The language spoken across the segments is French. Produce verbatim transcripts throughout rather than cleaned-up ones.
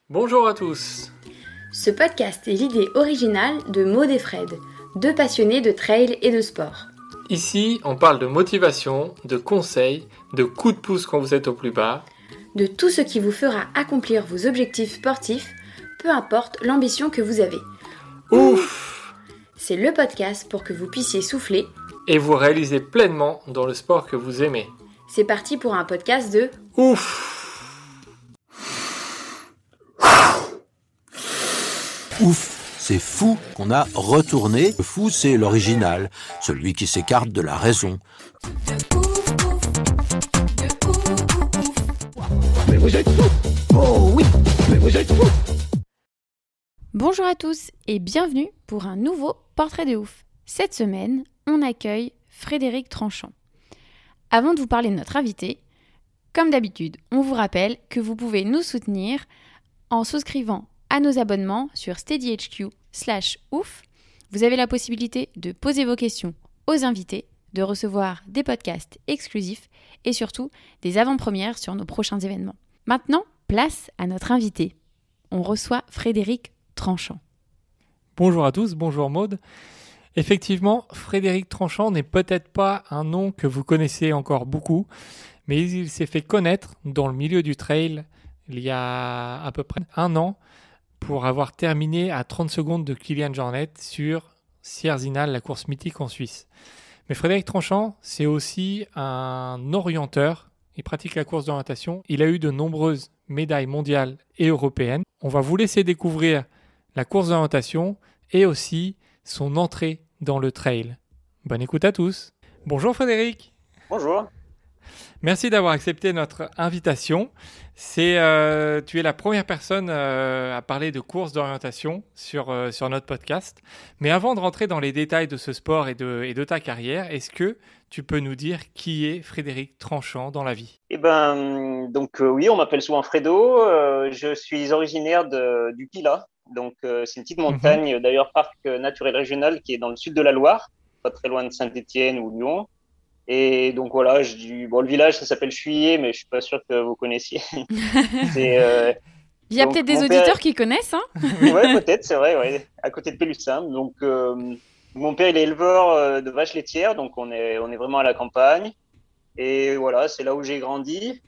Bonjour à tous. Ce podcast est l'idée originale de Maud et Fred, deux passionnés de trail et de sport. Ici, on parle de motivation, de conseils, de coups de pouce quand vous êtes au plus bas, de tout ce qui vous fera accomplir vos objectifs sportifs, peu importe l'ambition que vous avez. Ouf! C'est le podcast pour que vous puissiez souffler Et vous réaliser pleinement dans le sport que vous aimez. C'est parti pour un podcast de Ouf! Ouf, c'est fou qu'on a retourné. Le fou, c'est l'original, celui qui s'écarte de la raison. Mais vous êtes fous! Oh oui, mais vous êtes fous! Bonjour à tous et bienvenue pour un nouveau Portrait de ouf. Cette semaine, on accueille Frédéric Tranchant. Avant de vous parler de notre invité, comme d'habitude, on vous rappelle que vous pouvez nous soutenir en souscrivant à nos abonnements sur steadyhq slash ouf. Vous avez la possibilité de poser vos questions aux invités, de recevoir des podcasts exclusifs et surtout des avant-premières sur nos prochains événements. Maintenant, place à notre invité. On reçoit Frédéric Tranchant. Bonjour à tous, bonjour Maud. Effectivement, Frédéric Tranchant n'est peut-être pas un nom que vous connaissez encore beaucoup, mais il s'est fait connaître dans le milieu du trail il y a à peu près un an pour avoir terminé à trente secondes de Kilian Jornet sur Sierzinal, la course mythique en Suisse. Mais Frédéric Tranchant, c'est aussi un orienteur. Il pratique la course d'orientation. Il a eu de nombreuses médailles mondiales et européennes. On va vous laisser découvrir la course d'orientation et aussi son entrée dans le trail. Bonne écoute à tous. Bonjour Frédéric. Bonjour. Merci d'avoir accepté notre invitation. C'est, euh, tu es la première personne euh, à parler de course d'orientation sur, euh, sur notre podcast. Mais avant de rentrer dans les détails de ce sport et de, et de ta carrière, est-ce que tu peux nous dire qui est Frédéric Tranchant dans la vie ? Eh ben, donc euh, oui, on m'appelle souvent Fredo. Euh, je suis originaire de, du Pilat. Donc euh, c'est une petite montagne, mm-hmm. d'ailleurs parc naturel régional qui est dans le sud de la Loire, pas très loin de Saint-Étienne ou Lyon. Et donc voilà, je dis, bon, le village, ça s'appelle Chuillet, mais je suis pas sûr que vous connaissiez. c'est, euh, Il y a peut-être des auditeurs père... qui connaissent, hein. Ouais, peut-être, c'est vrai, ouais, à côté de Pélussin. Donc, euh, mon père, il est éleveur de vaches laitières, donc on est, on est vraiment à la campagne. Et voilà, c'est là où j'ai grandi.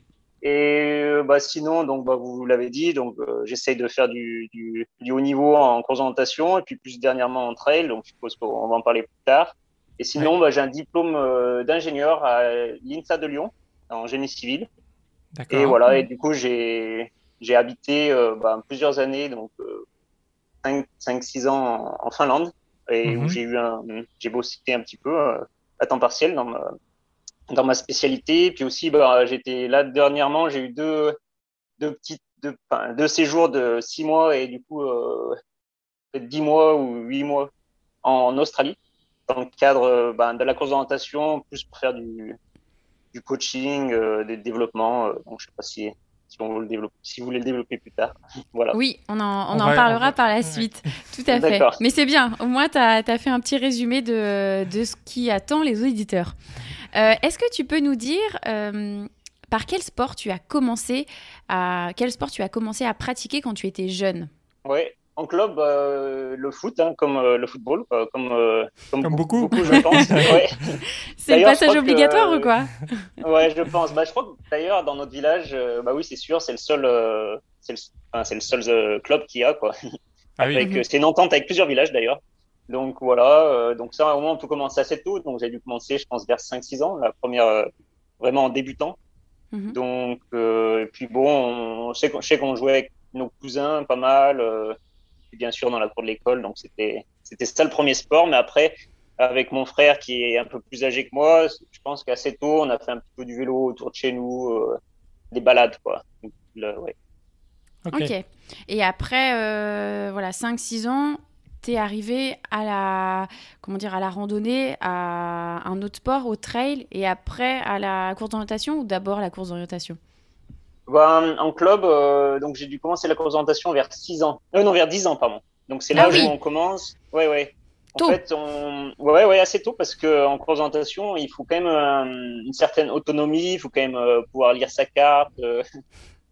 Et bah, sinon, donc, bah, vous l'avez dit, donc, euh, j'essaye de faire du, du, du haut niveau en course d'orientation, et puis plus dernièrement en trail, donc je suppose qu'on va en parler plus tard. Et sinon, ouais. bah, j'ai un diplôme euh, d'ingénieur à l'I N S A de Lyon, en génie civil. D'accord. Et voilà, et du coup, j'ai, j'ai habité euh, bah, plusieurs années, donc euh, cinq six ans en, en Finlande, et mm-hmm. où j'ai eu un, j'ai bossé un petit peu euh, à temps partiel dans ma, dans ma spécialité. Puis aussi, bah, j'étais là dernièrement, j'ai eu deux, deux petites, deux, enfin, deux séjours de six mois et du coup, euh, peut-être dix mois ou huit mois en Australie, dans le cadre ben, de la course d'orientation, plus pour faire du, du coaching, euh, des développements. Euh, donc, je ne sais pas si, si, on veut le développer, si vous voulez le développer plus tard. Voilà. Oui, on en, on on en va, parlera on va... par la suite. Tout à fait. D'accord. Mais c'est bien, au moins, tu as fait un petit résumé de, de ce qui attend les auditeurs. Euh, est-ce que tu peux nous dire euh, par quel sport tu as commencé à, quel sport tu as commencé à pratiquer quand tu étais jeune ? Oui. En club, euh, le foot, hein, comme euh, le football, euh, comme, euh, comme, comme beaucoup. beaucoup, je pense. Ouais. C'est le passage obligatoire que, euh, ou quoi ? Ouais, je pense. Bah, je crois que d'ailleurs, dans notre village, euh, bah oui, c'est sûr, c'est le seul, euh, c'est le, enfin, c'est le seul euh, club qu'il y a, quoi. Ah avec, oui. euh, c'est une entente avec plusieurs villages d'ailleurs. Donc voilà, euh, donc ça, au moment où tout commence assez tôt, donc j'ai dû commencer, je pense, vers cinq six ans, la première, euh, vraiment en débutant. Mm-hmm. Donc, euh, et puis bon, on, je sais, je sais qu'on jouait avec nos cousins pas mal. Euh, bien sûr dans la cour de l'école, donc c'était c'était ça le premier sport. Mais après, avec mon frère qui est un peu plus âgé que moi, je pense qu'assez tôt on a fait un petit peu du vélo autour de chez nous, euh, des balades quoi. Donc, le, ouais. Ok. Ok. Et après euh, voilà cinq six ans, t'es arrivé à la comment dire à la randonnée, à un autre sport, au trail, et après à la course d'orientation, ou d'abord la course d'orientation? Ben, en club, euh, donc j'ai dû commencer la course d'orientation vers six ans. Euh, non, vers dix ans, pardon. Donc c'est là ah, où oui. on commence. Ouais, ouais. En tôt. fait, on... ouais, ouais, assez tôt, parce que en course d'orientation, il faut quand même euh, une certaine autonomie. Il faut quand même euh, pouvoir lire sa carte. Euh...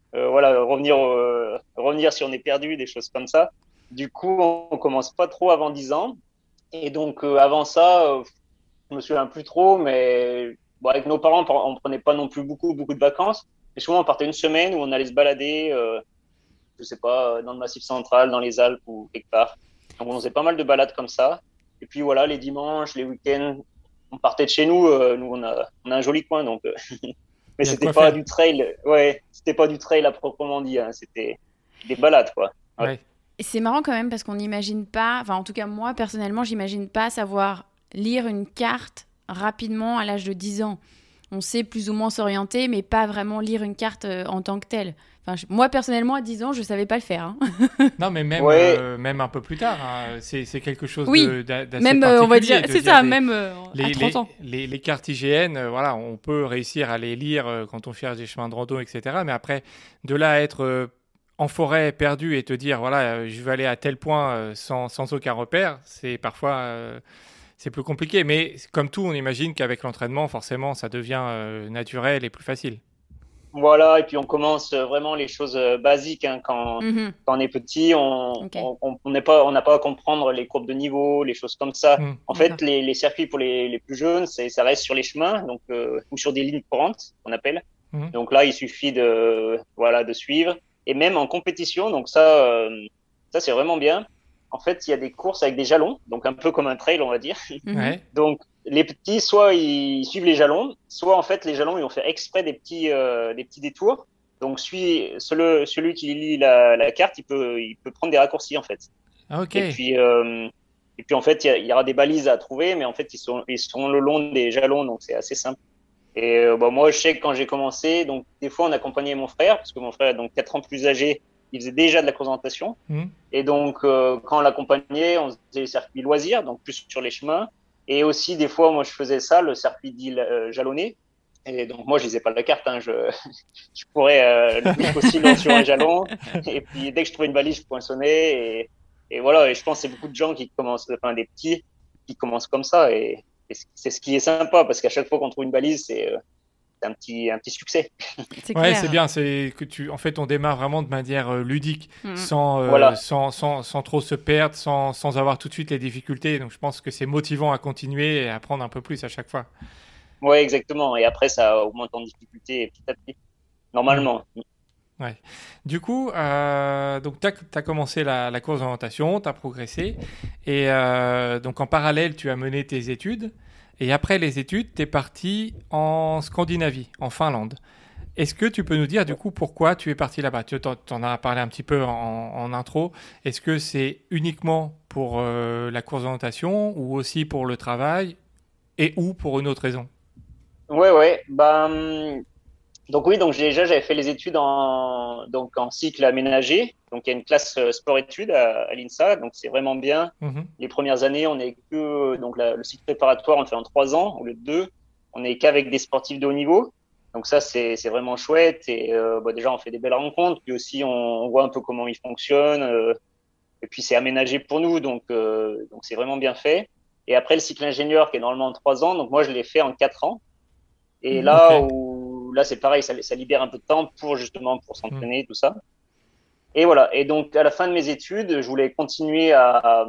euh, voilà, revenir, euh, revenir si on est perdu, des choses comme ça. Du coup, on commence pas trop avant dix ans. Et donc, euh, avant ça, euh, je me souviens plus trop, mais bon, avec nos parents, on prenait pas non plus beaucoup, beaucoup de vacances. Mais souvent, on partait une semaine où on allait se balader, euh, je sais pas, dans le Massif central, dans les Alpes ou quelque part. Donc, on faisait pas mal de balades comme ça. Et puis voilà, les dimanches, les week-ends, on partait de chez nous. Euh, nous, on a, on a un joli coin, donc. Euh, mais Il y a de c'était quoi pas faire. du trail. Ouais, c'était pas du trail à proprement dit. Hein. C'était des balades, quoi. Ouais. Ouais. Et c'est marrant quand même parce qu'on n'imagine pas, enfin en tout cas moi personnellement, j'imagine pas savoir lire une carte rapidement à l'âge de dix ans. On sait plus ou moins s'orienter, mais pas vraiment lire une carte euh, en tant que telle. Enfin, je- moi personnellement, à dix ans, je savais pas le faire. Hein. Non, mais même, Ouais, euh, même un peu plus tard, hein, c'est, c'est quelque chose Oui, de, d'a- d'assez même euh, on va particulier dire, de c'est dire ça, des, même euh, à les, trente les, ans. les, les cartes I G N, euh, voilà, on peut réussir à les lire euh, quand on cherche des chemins de rando, et cetera. Mais après, de là à être euh, en forêt perdu et te dire, voilà, euh, je vais aller à tel point euh, sans, sans aucun repère, c'est parfois euh, c'est plus compliqué. Mais comme tout, on imagine qu'avec l'entraînement, forcément, ça devient euh, naturel et plus facile. voilà. Et puis on commence euh, vraiment les choses euh, basiques. Hein, quand, Mhm, quand on est petit, on ok, on, on on n'est pas, on n'a pas à comprendre les courbes de niveau, les choses comme ça. Hmm. En d'accord. fait, les, les circuits pour les, les plus jeunes, c'est, ça reste sur les chemins, donc euh, ou sur des lignes courantes, qu'on appelle. Mhm. Donc là, il suffit de, voilà, de suivre. Et même en compétition, donc ça, euh, ça c'est vraiment bien. En fait, il y a des courses avec des jalons, donc un peu comme un trail, on va dire. Mhm, Ouais. Donc les petits, soit ils suivent les jalons, soit en fait les jalons ils vont faire exprès des petits, euh, des petits détours. Donc celui, celui, celui qui lit la, la carte, il peut, il peut prendre des raccourcis en fait. Ah, ok. Et puis, euh, et puis en fait, il y, a- il y aura des balises à trouver, mais en fait ils sont, ils sont le long des jalons, donc c'est assez simple. Et euh, bah, moi, je sais que quand j'ai commencé, donc des fois on accompagnait mon frère, parce que mon frère est donc quatre ans plus âgé, il faisait déjà de la course d'orientation. Hmm. Et donc euh, quand on l'accompagnait, on faisait les circuits loisirs, donc plus sur les chemins. Et aussi des fois, moi je faisais ça, le circuit dit euh, jalonné. Et donc moi je lisais pas la carte, hein, je, je courais euh, le plus possible sur un jalon. Et puis dès que je trouvais une balise, je poinçonnais. Et, et voilà, et je pense que c'est beaucoup de gens qui commencent, enfin des petits, qui commencent comme ça. Et, et c'est ce qui est sympa, parce qu'à chaque fois qu'on trouve une balise, c'est euh, un petit, un petit succès. c'est Ouais, clair. c'est bien. C'est que tu, en fait, on démarre vraiment de manière euh, ludique, Mhm. sans, euh, Voilà. sans, sans, sans trop se perdre, sans, sans avoir tout de suite les difficultés. Donc, je pense que c'est motivant à continuer et à apprendre un peu plus à chaque fois. Ouais, exactement. Et après, ça augmente en difficulté petit à petit, Hmm. normalement. Ouais. Du coup, euh, donc tu as commencé la, la course d'orientation, tu as progressé, et euh, donc en parallèle, tu as mené tes études, et après les études, tu es parti en Scandinavie, en Finlande. Est-ce que tu peux nous dire du coup pourquoi tu es parti là-bas? Tu t'en, t'en as parlé un petit peu en, en intro. Est-ce que c'est uniquement pour euh, la course d'orientation ou aussi pour le travail et ou pour une autre raison? Ouais, ouais. Bah, hum, donc oui, donc j'ai- déjà j'avais fait les études en donc en cycle aménagé. Donc il y a une classe euh, sport-études à, à l'INSA, donc c'est vraiment bien. Mhm. Les premières années, on est que donc la- le cycle préparatoire, on le fait en trois ans au lieu de deux. On est qu'avec des sportifs de haut niveau. Donc ça c'est c'est vraiment chouette et euh, bah, déjà on fait des belles rencontres, puis aussi on, on voit un peu comment ils fonctionnent. Euh, et puis c'est aménagé pour nous, donc euh, donc c'est vraiment bien fait. Et après le cycle ingénieur qui est normalement en trois ans, donc moi je l'ai fait en quatre ans. Et Mhm. Ok. là où là c'est pareil, ça, ça libère un peu de temps pour justement pour Mhm. s'entraîner tout ça. Et voilà. Et donc à la fin de mes études, je voulais continuer à, à,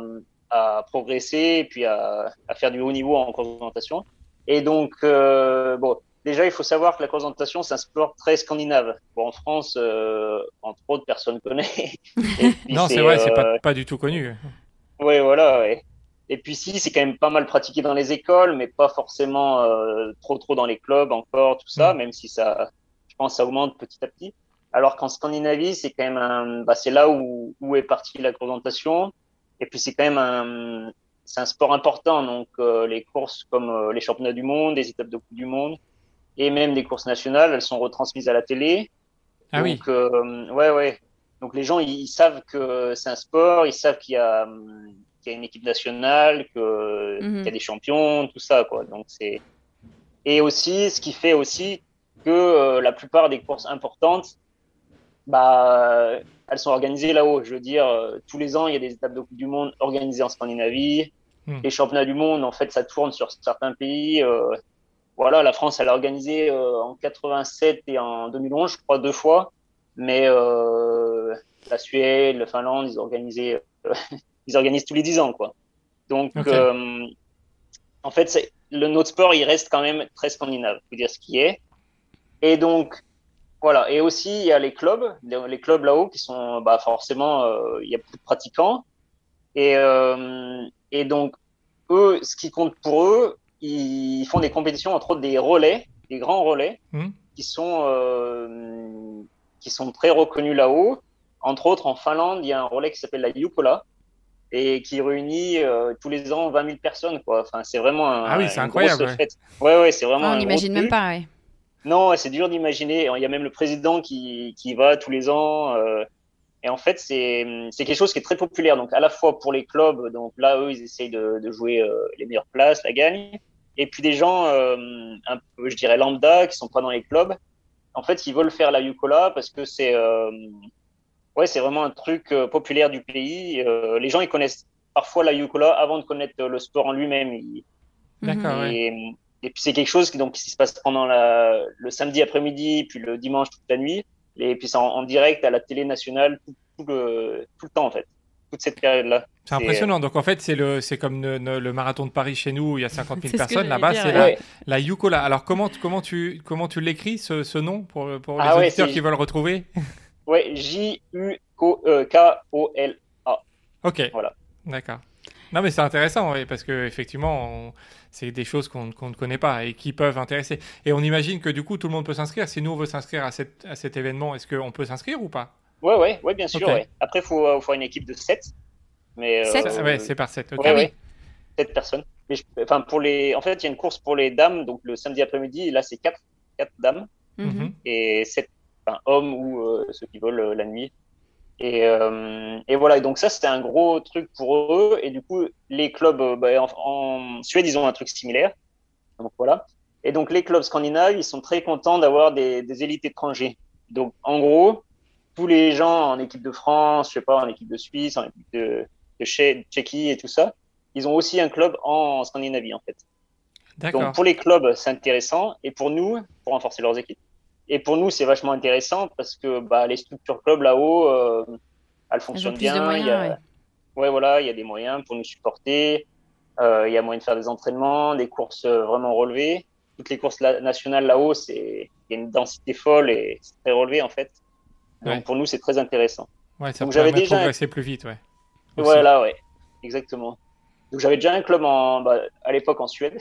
à progresser et puis à, à faire du haut niveau en course d'orientation. Et donc euh, bon, déjà il faut savoir que la course d'orientation c'est un sport très scandinave. Bon, en France, euh, entre autres, personne connaît. Et puis Non, c'est c'est vrai, c'est pas, euh, pas du tout connu. ouais, voilà. Ouais. Et puis si, c'est quand même pas mal pratiqué dans les écoles, mais pas forcément euh, trop trop dans les clubs encore, tout ça, Mhm. même si ça, je pense, que ça augmente petit à petit. Alors qu'en Scandinavie, c'est quand même un, bah, c'est là où, où est partie la représentation. Et puis c'est quand même un, c'est un sport important. Donc euh, les courses comme euh, les championnats du monde, les étapes de Coupe du Monde, et même des courses nationales, elles sont retransmises à la télé. Ah oui. Donc euh, ouais, ouais. Donc les gens, ils, ils savent que c'est un sport, ils savent qu'il y a, hum, qu'il y a une équipe nationale, que, qu'il y a Mhm. des champions, tout ça, quoi. Donc c'est et aussi ce qui fait aussi que euh, la plupart des courses importantes, bah, elles sont organisées là-haut. Je veux dire, euh, tous les ans, il y a des étapes de Coupe du Monde organisées en Scandinavie. Mhm. Les championnats du monde, en fait, ça tourne sur certains pays. Euh, voilà, la France, elle a organisé euh, en quatre-vingt-sept et en deux mille onze, je crois, deux fois. Mais euh, la Suède, la Finlande, ils organisaient, euh, ils organisent tous les dix ans, quoi. Donc, Okay. euh, en fait, c'est, le, notre sport, il reste quand même très scandinave, faut dire ce qui est. Et donc, voilà. Et aussi, il y a les clubs, les, les clubs là-haut qui sont, bah, forcément, euh, il y a beaucoup de pratiquants. Et, euh, et donc, eux, ce qui compte pour eux, ils font des compétitions, entre autres des relais, des grands relais, Hmm. qui sont, euh, qui sont très reconnus là-haut. Entre autres, en Finlande, il y a un relais qui s'appelle la Jukola et qui réunit euh, tous les ans vingt mille personnes, quoi. Enfin, c'est vraiment Ah oui, un, c'est une grosse incroyable. Ouais. fête. Ouais, ouais, c'est vraiment Ah, on un gros n'imagine même truc. pas, ouais. Non, c'est dur d'imaginer. Il y a même le président qui, qui y va tous les ans. Euh, et en fait, c'est, c'est quelque chose qui est très populaire. Donc, à la fois pour les clubs, donc là, eux, ils essayent de, de jouer euh, les meilleures places, la gagne. Et puis des gens, euh, un peu, je dirais, lambda, qui sont pas dans les clubs, en fait, ils veulent faire la Yukola parce que c'est, euh, ouais, c'est vraiment un truc euh, populaire du pays. Euh, les gens, ils connaissent parfois la Yukola avant de connaître le sport en lui-même. Ils- D'accord, ouais. et, et puis c'est quelque chose qui, donc, qui se passe pendant la, le samedi après-midi, puis le dimanche toute la nuit. Et puis c'est en, en direct à la télé nationale tout, tout le, tout le temps, en fait. Toute cette période-là. C'est impressionnant. Donc en fait, c'est le, c'est comme le, le- le marathon de Paris chez nous, où il y a cinquante mille C'est ce que personnes. j'allais Là-bas, dire, c'est ouais. la, Ouais. la Yukola. Alors comment, tu- comment tu, comment tu l'écris ce, ce nom pour, pour les Ah ouais, auditeurs c'est qui veulent retrouver? ouais, J U K O L A. Ok, Voilà. d'accord. Non, mais c'est intéressant, oui, parce que effectivement, on- c'est des choses qu'on qu'on ne connaît pas et qui peuvent intéresser. Et on imagine que du coup, tout le monde peut s'inscrire. Si nous on veut s'inscrire à, cette, à cet événement, est-ce qu'on peut s'inscrire ou pas? Ouais, ouais, ouais, bien Ok. sûr, ouais. Après, il faut, faut une équipe de sept. Mais, Sept. Ça- ouais, euh, c'est par sept. Ok. ouais, Ah oui. ouais, sept personnes. Mais je- enfin, pour les, en fait, il y a une course pour les dames, donc le samedi après-midi, et là, c'est quatre, quatre dames Mhm. Mhm. et sept, enfin, hommes ou euh, ceux qui veulent euh, la nuit. Et, euh, et voilà, et donc ça, c'était un gros truc pour eux. Et du coup, les clubs, euh, bah, en, en Suède, ils ont un truc similaire. Donc voilà. Et donc, les clubs scandinaves, ils sont très contents d'avoir des, des élites étrangers. Donc, en gros, tous les gens en équipe de France, je sais pas, en équipe de Suisse, en équipe de, de Tché- Tchéquie et tout ça, ils ont aussi un club en Scandinavie, en fait. Donc, D'accord. pour les clubs, c'est intéressant. Et pour nous, pour renforcer leurs équipes. Et pour nous, c'est vachement intéressant parce que bah, les structures clubs là-haut, euh, elles Elles ont fonctionnent plus de bien. Il y moyens, a, ouais. ouais, voilà, il y a des moyens pour nous supporter. Euh, il y a moyen de faire des entraînements, des courses euh, vraiment relevées. Toutes les courses la- nationales là-haut, c'est, il y a une densité folle et c'est très relevé en fait. Donc Ouais. pour nous, c'est très intéressant. Ouais, ça Donc j'avais permet de déjà un... progresser plus vite, ouais. Aussi. Voilà, ouais, exactement. Donc j'avais déjà un club en, bah, à l'époque en Suède.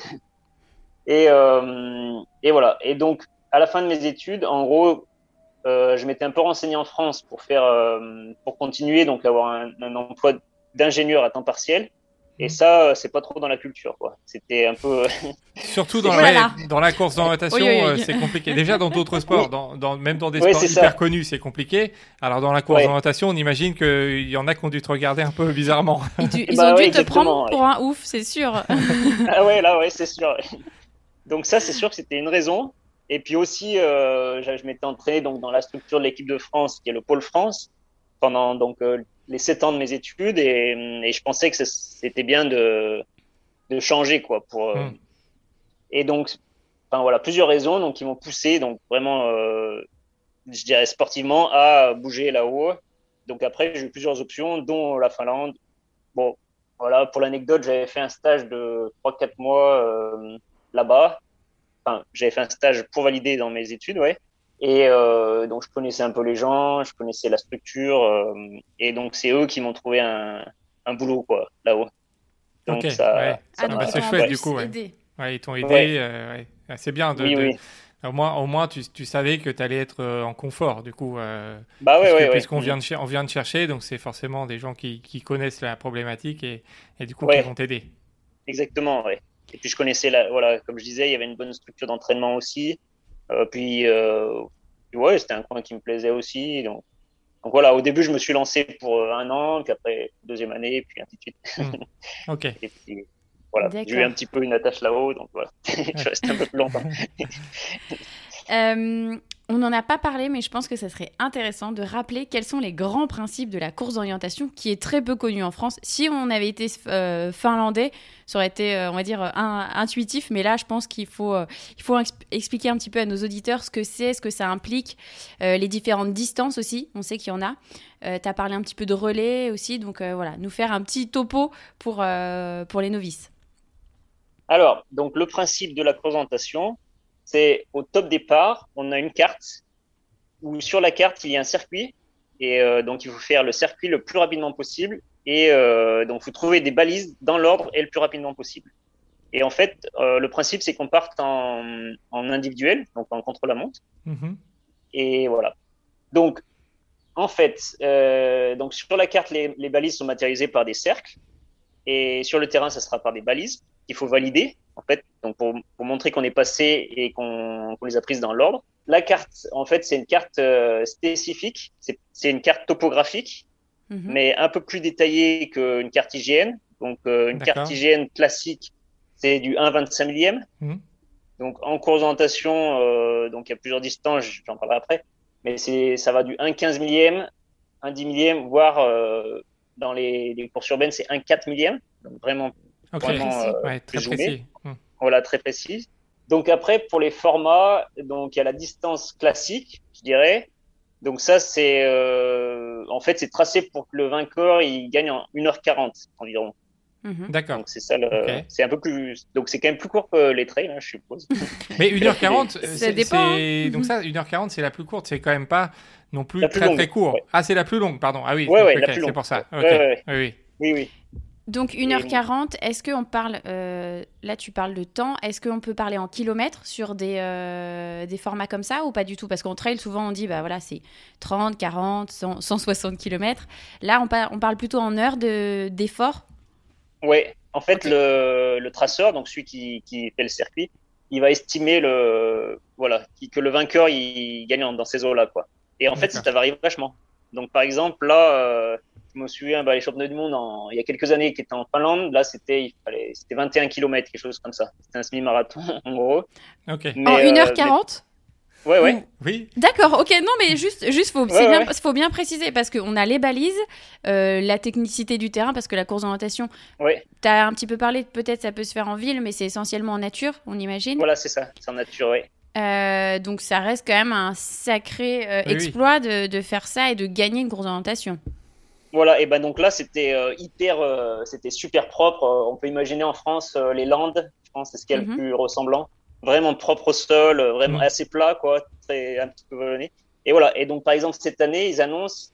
Et, euh, et voilà. Et donc à la fin de mes études, en gros, euh, je m'étais un peu renseigné en France pour faire, euh, pour continuer, donc avoir un, un emploi d'ingénieur à temps partiel. Et Mhm. ça, euh, c'est pas trop dans la culture, quoi. C'était un peu, Surtout c'est- dans, Oh là ouais, là. dans la course Oui, d'orientation, oui, euh, oui. c'est compliqué. Déjà dans d'autres sports, Oui. dans, dans- même dans des Ouais, sports c'est hyper ça. connus, c'est compliqué. Alors dans la course Ouais. d'orientation, on imagine qu'il y en a qui ont dû te regarder un peu bizarrement. Ils, du- ils Bah ont dû ouais, te prendre exactement, ouais. pour un ouf, c'est sûr. Ah ouais, là, ouais, c'est sûr. Donc ça, c'est sûr que c'était une raison. Et puis aussi, euh, je je m'étais entraîné donc dans la structure de l'équipe de France, qui est le pôle France, pendant donc euh, les sept ans de mes études, et, et je pensais que ça- c'était bien de de changer, quoi. Pour euh, Hmm. et donc, enfin voilà, plusieurs raisons donc qui m'ont poussé donc vraiment, euh, je dirais sportivement, à bouger là-haut. Donc après, j'ai eu plusieurs options, dont la Finlande. Bon, voilà, pour l'anecdote, j'avais fait un stage de trois quatre mois euh, là-bas. Enfin, j'avais fait un stage pour valider dans mes études, ouais. Et euh, donc, je connaissais un peu les gens, je connaissais la structure. Euh, et donc, c'est eux qui m'ont trouvé un, un boulot, quoi, là-haut. Ok, Donc, ça, ouais. ça Ah, Ah donc bah ils c'est t'ont en chouette ouais. du plus coup, ouais. aidé. Ouais, ils t'ont aidé. Ouais. euh, ouais. Ah, c'est bien de, Oui, de- oui. Au moins, au moins tu, tu savais que tu allais être euh, en confort, du coup, euh, Bah ouais, puisque, ouais, ouais. puisqu'on vient Mm. de, cher- on vient de chercher, donc c'est forcément des gens qui, qui connaissent la problématique et, et du coup qui vont Ouais, t'aider. exactement, ouais. Et puis, je connaissais, la, voilà, comme je disais, il y avait une bonne structure d'entraînement aussi. Euh, puis, euh, puis, ouais, c'était un coin qui me plaisait aussi. Donc, donc voilà, au début, je me suis lancé pour euh, un an, puis après, deuxième année, puis ainsi de suite. Hmm. Ok. Et puis, voilà, j'ai eu un D'accord. petit peu une attache là-haut, donc voilà, je Ouais. reste un peu plus longtemps. Euh, On n'en a pas parlé, mais je pense que ça serait intéressant de rappeler quels sont les grands principes de la course d'orientation, qui est très peu connue en France. Si on avait été euh, finlandais, ça aurait été, euh, on va dire, un, intuitif, mais là, je pense qu'il faut, euh, il faut exp- expliquer un petit peu à nos auditeurs ce que c'est, ce que ça implique, euh, les différentes distances aussi, on sait qu'il y en a. Euh, tu as parlé un petit peu de relais aussi, donc euh, voilà, nous faire un petit topo pour, euh, pour les novices. Alors, donc le principe de la présentation, c'est au top départ, on a une carte où sur la carte, il y a un circuit. Et euh, donc, il faut faire le circuit le plus rapidement possible. Et euh, donc, il faut trouver des balises dans l'ordre et le plus rapidement possible. Et en fait, euh, le principe, c'est qu'on parte en, en individuel, donc en contre-la-montre. Mm-hmm. Et voilà. Donc, en fait, euh, donc sur la carte, les, les balises sont matérialisées par des cercles. Et sur le terrain, ça sera par des balises qu'il faut valider, en fait, donc pour, pour montrer qu'on est passé et qu'on, qu'on les a prises dans l'ordre. La carte, en fait, c'est une carte euh, spécifique, c'est, c'est une carte topographique, mm-hmm. mais un peu plus détaillée qu'une carte I G N. Donc, euh, une D'accord. carte I G N classique, c'est du un vingt-cinq millième. Mm-hmm. Donc, en course d'orientation, euh, donc il y a plusieurs distances, j'en parlerai après, mais c'est, ça va du un quinze millième, un dix millième, voire euh, dans les, les courses urbaines, c'est un quatre millième. Donc, vraiment, okay. vraiment euh, ouais, très précis. Mmh. Voilà, très précis. Donc après, pour les formats, donc il y a la distance classique, je dirais. Donc ça, c'est euh, en fait, c'est tracé pour que le vainqueur il gagne en une heure quarante environ. Mmh. D'accord. Donc c'est ça, le, okay. c'est un peu plus, donc c'est quand même plus court que les trails, hein, je suppose. Mais une heure quarante, c'est, ça dépend. C'est... donc ça, une heure quarante, c'est la plus courte. C'est quand même pas non plus la plus très longue, très court. Ouais. Ah, c'est la plus longue, pardon. Ah oui. Ouais, ouais, okay, la plus longue. C'est pour ça. Ouais, okay. ouais, ouais. Oui, oui. Oui, oui. Donc une heure quarante, est-ce qu'on parle, euh, là tu parles de temps, est-ce qu'on peut parler en kilomètres sur des, euh, des formats comme ça ou pas du tout? Parce qu'en trail, souvent on dit, bah voilà, c'est trente, quarante, cent, cent soixante kilomètres. Là, on, par, on parle plutôt en heures de, d'effort? Oui, en fait, okay. le, le traceur, donc celui qui, qui fait le circuit, il va estimer le, voilà, que le vainqueur il gagne dans ces eaux-là, quoi. Et en fait, ça varie vachement. Donc par exemple, là... Euh, je me souviens, bah, les championnats du monde en, il y a quelques années qui étaient en Finlande. Là, c'était, il fallait, c'était vingt et un kilomètres, quelque chose comme ça. C'était un semi-marathon, en gros. Okay. Mais, en une heure quarante euh, mais... Ouais, ouais. Oui. D'accord, ok. Non, mais juste, juste faut, ouais, c'est ouais. bien, faut bien préciser parce qu'on a les balises, euh, la technicité du terrain, parce que la course d'orientation, ouais. tu as un petit peu parlé, peut-être ça peut se faire en ville, mais c'est essentiellement en nature, on imagine. Voilà, c'est ça, c'est en nature, oui. Euh, donc ça reste quand même un sacré euh, oui, exploit oui. De, de faire ça et de gagner une course d'orientation. Voilà, et ben donc là c'était euh, hyper, euh, c'était super propre. Euh, on peut imaginer en France euh, les Landes, je pense, c'est ce qui est mm-hmm. le plus ressemblant. Vraiment propre au sol, euh, vraiment mm. assez plat, quoi, très un petit peu vallonné. Et voilà. Et donc par exemple cette année ils annoncent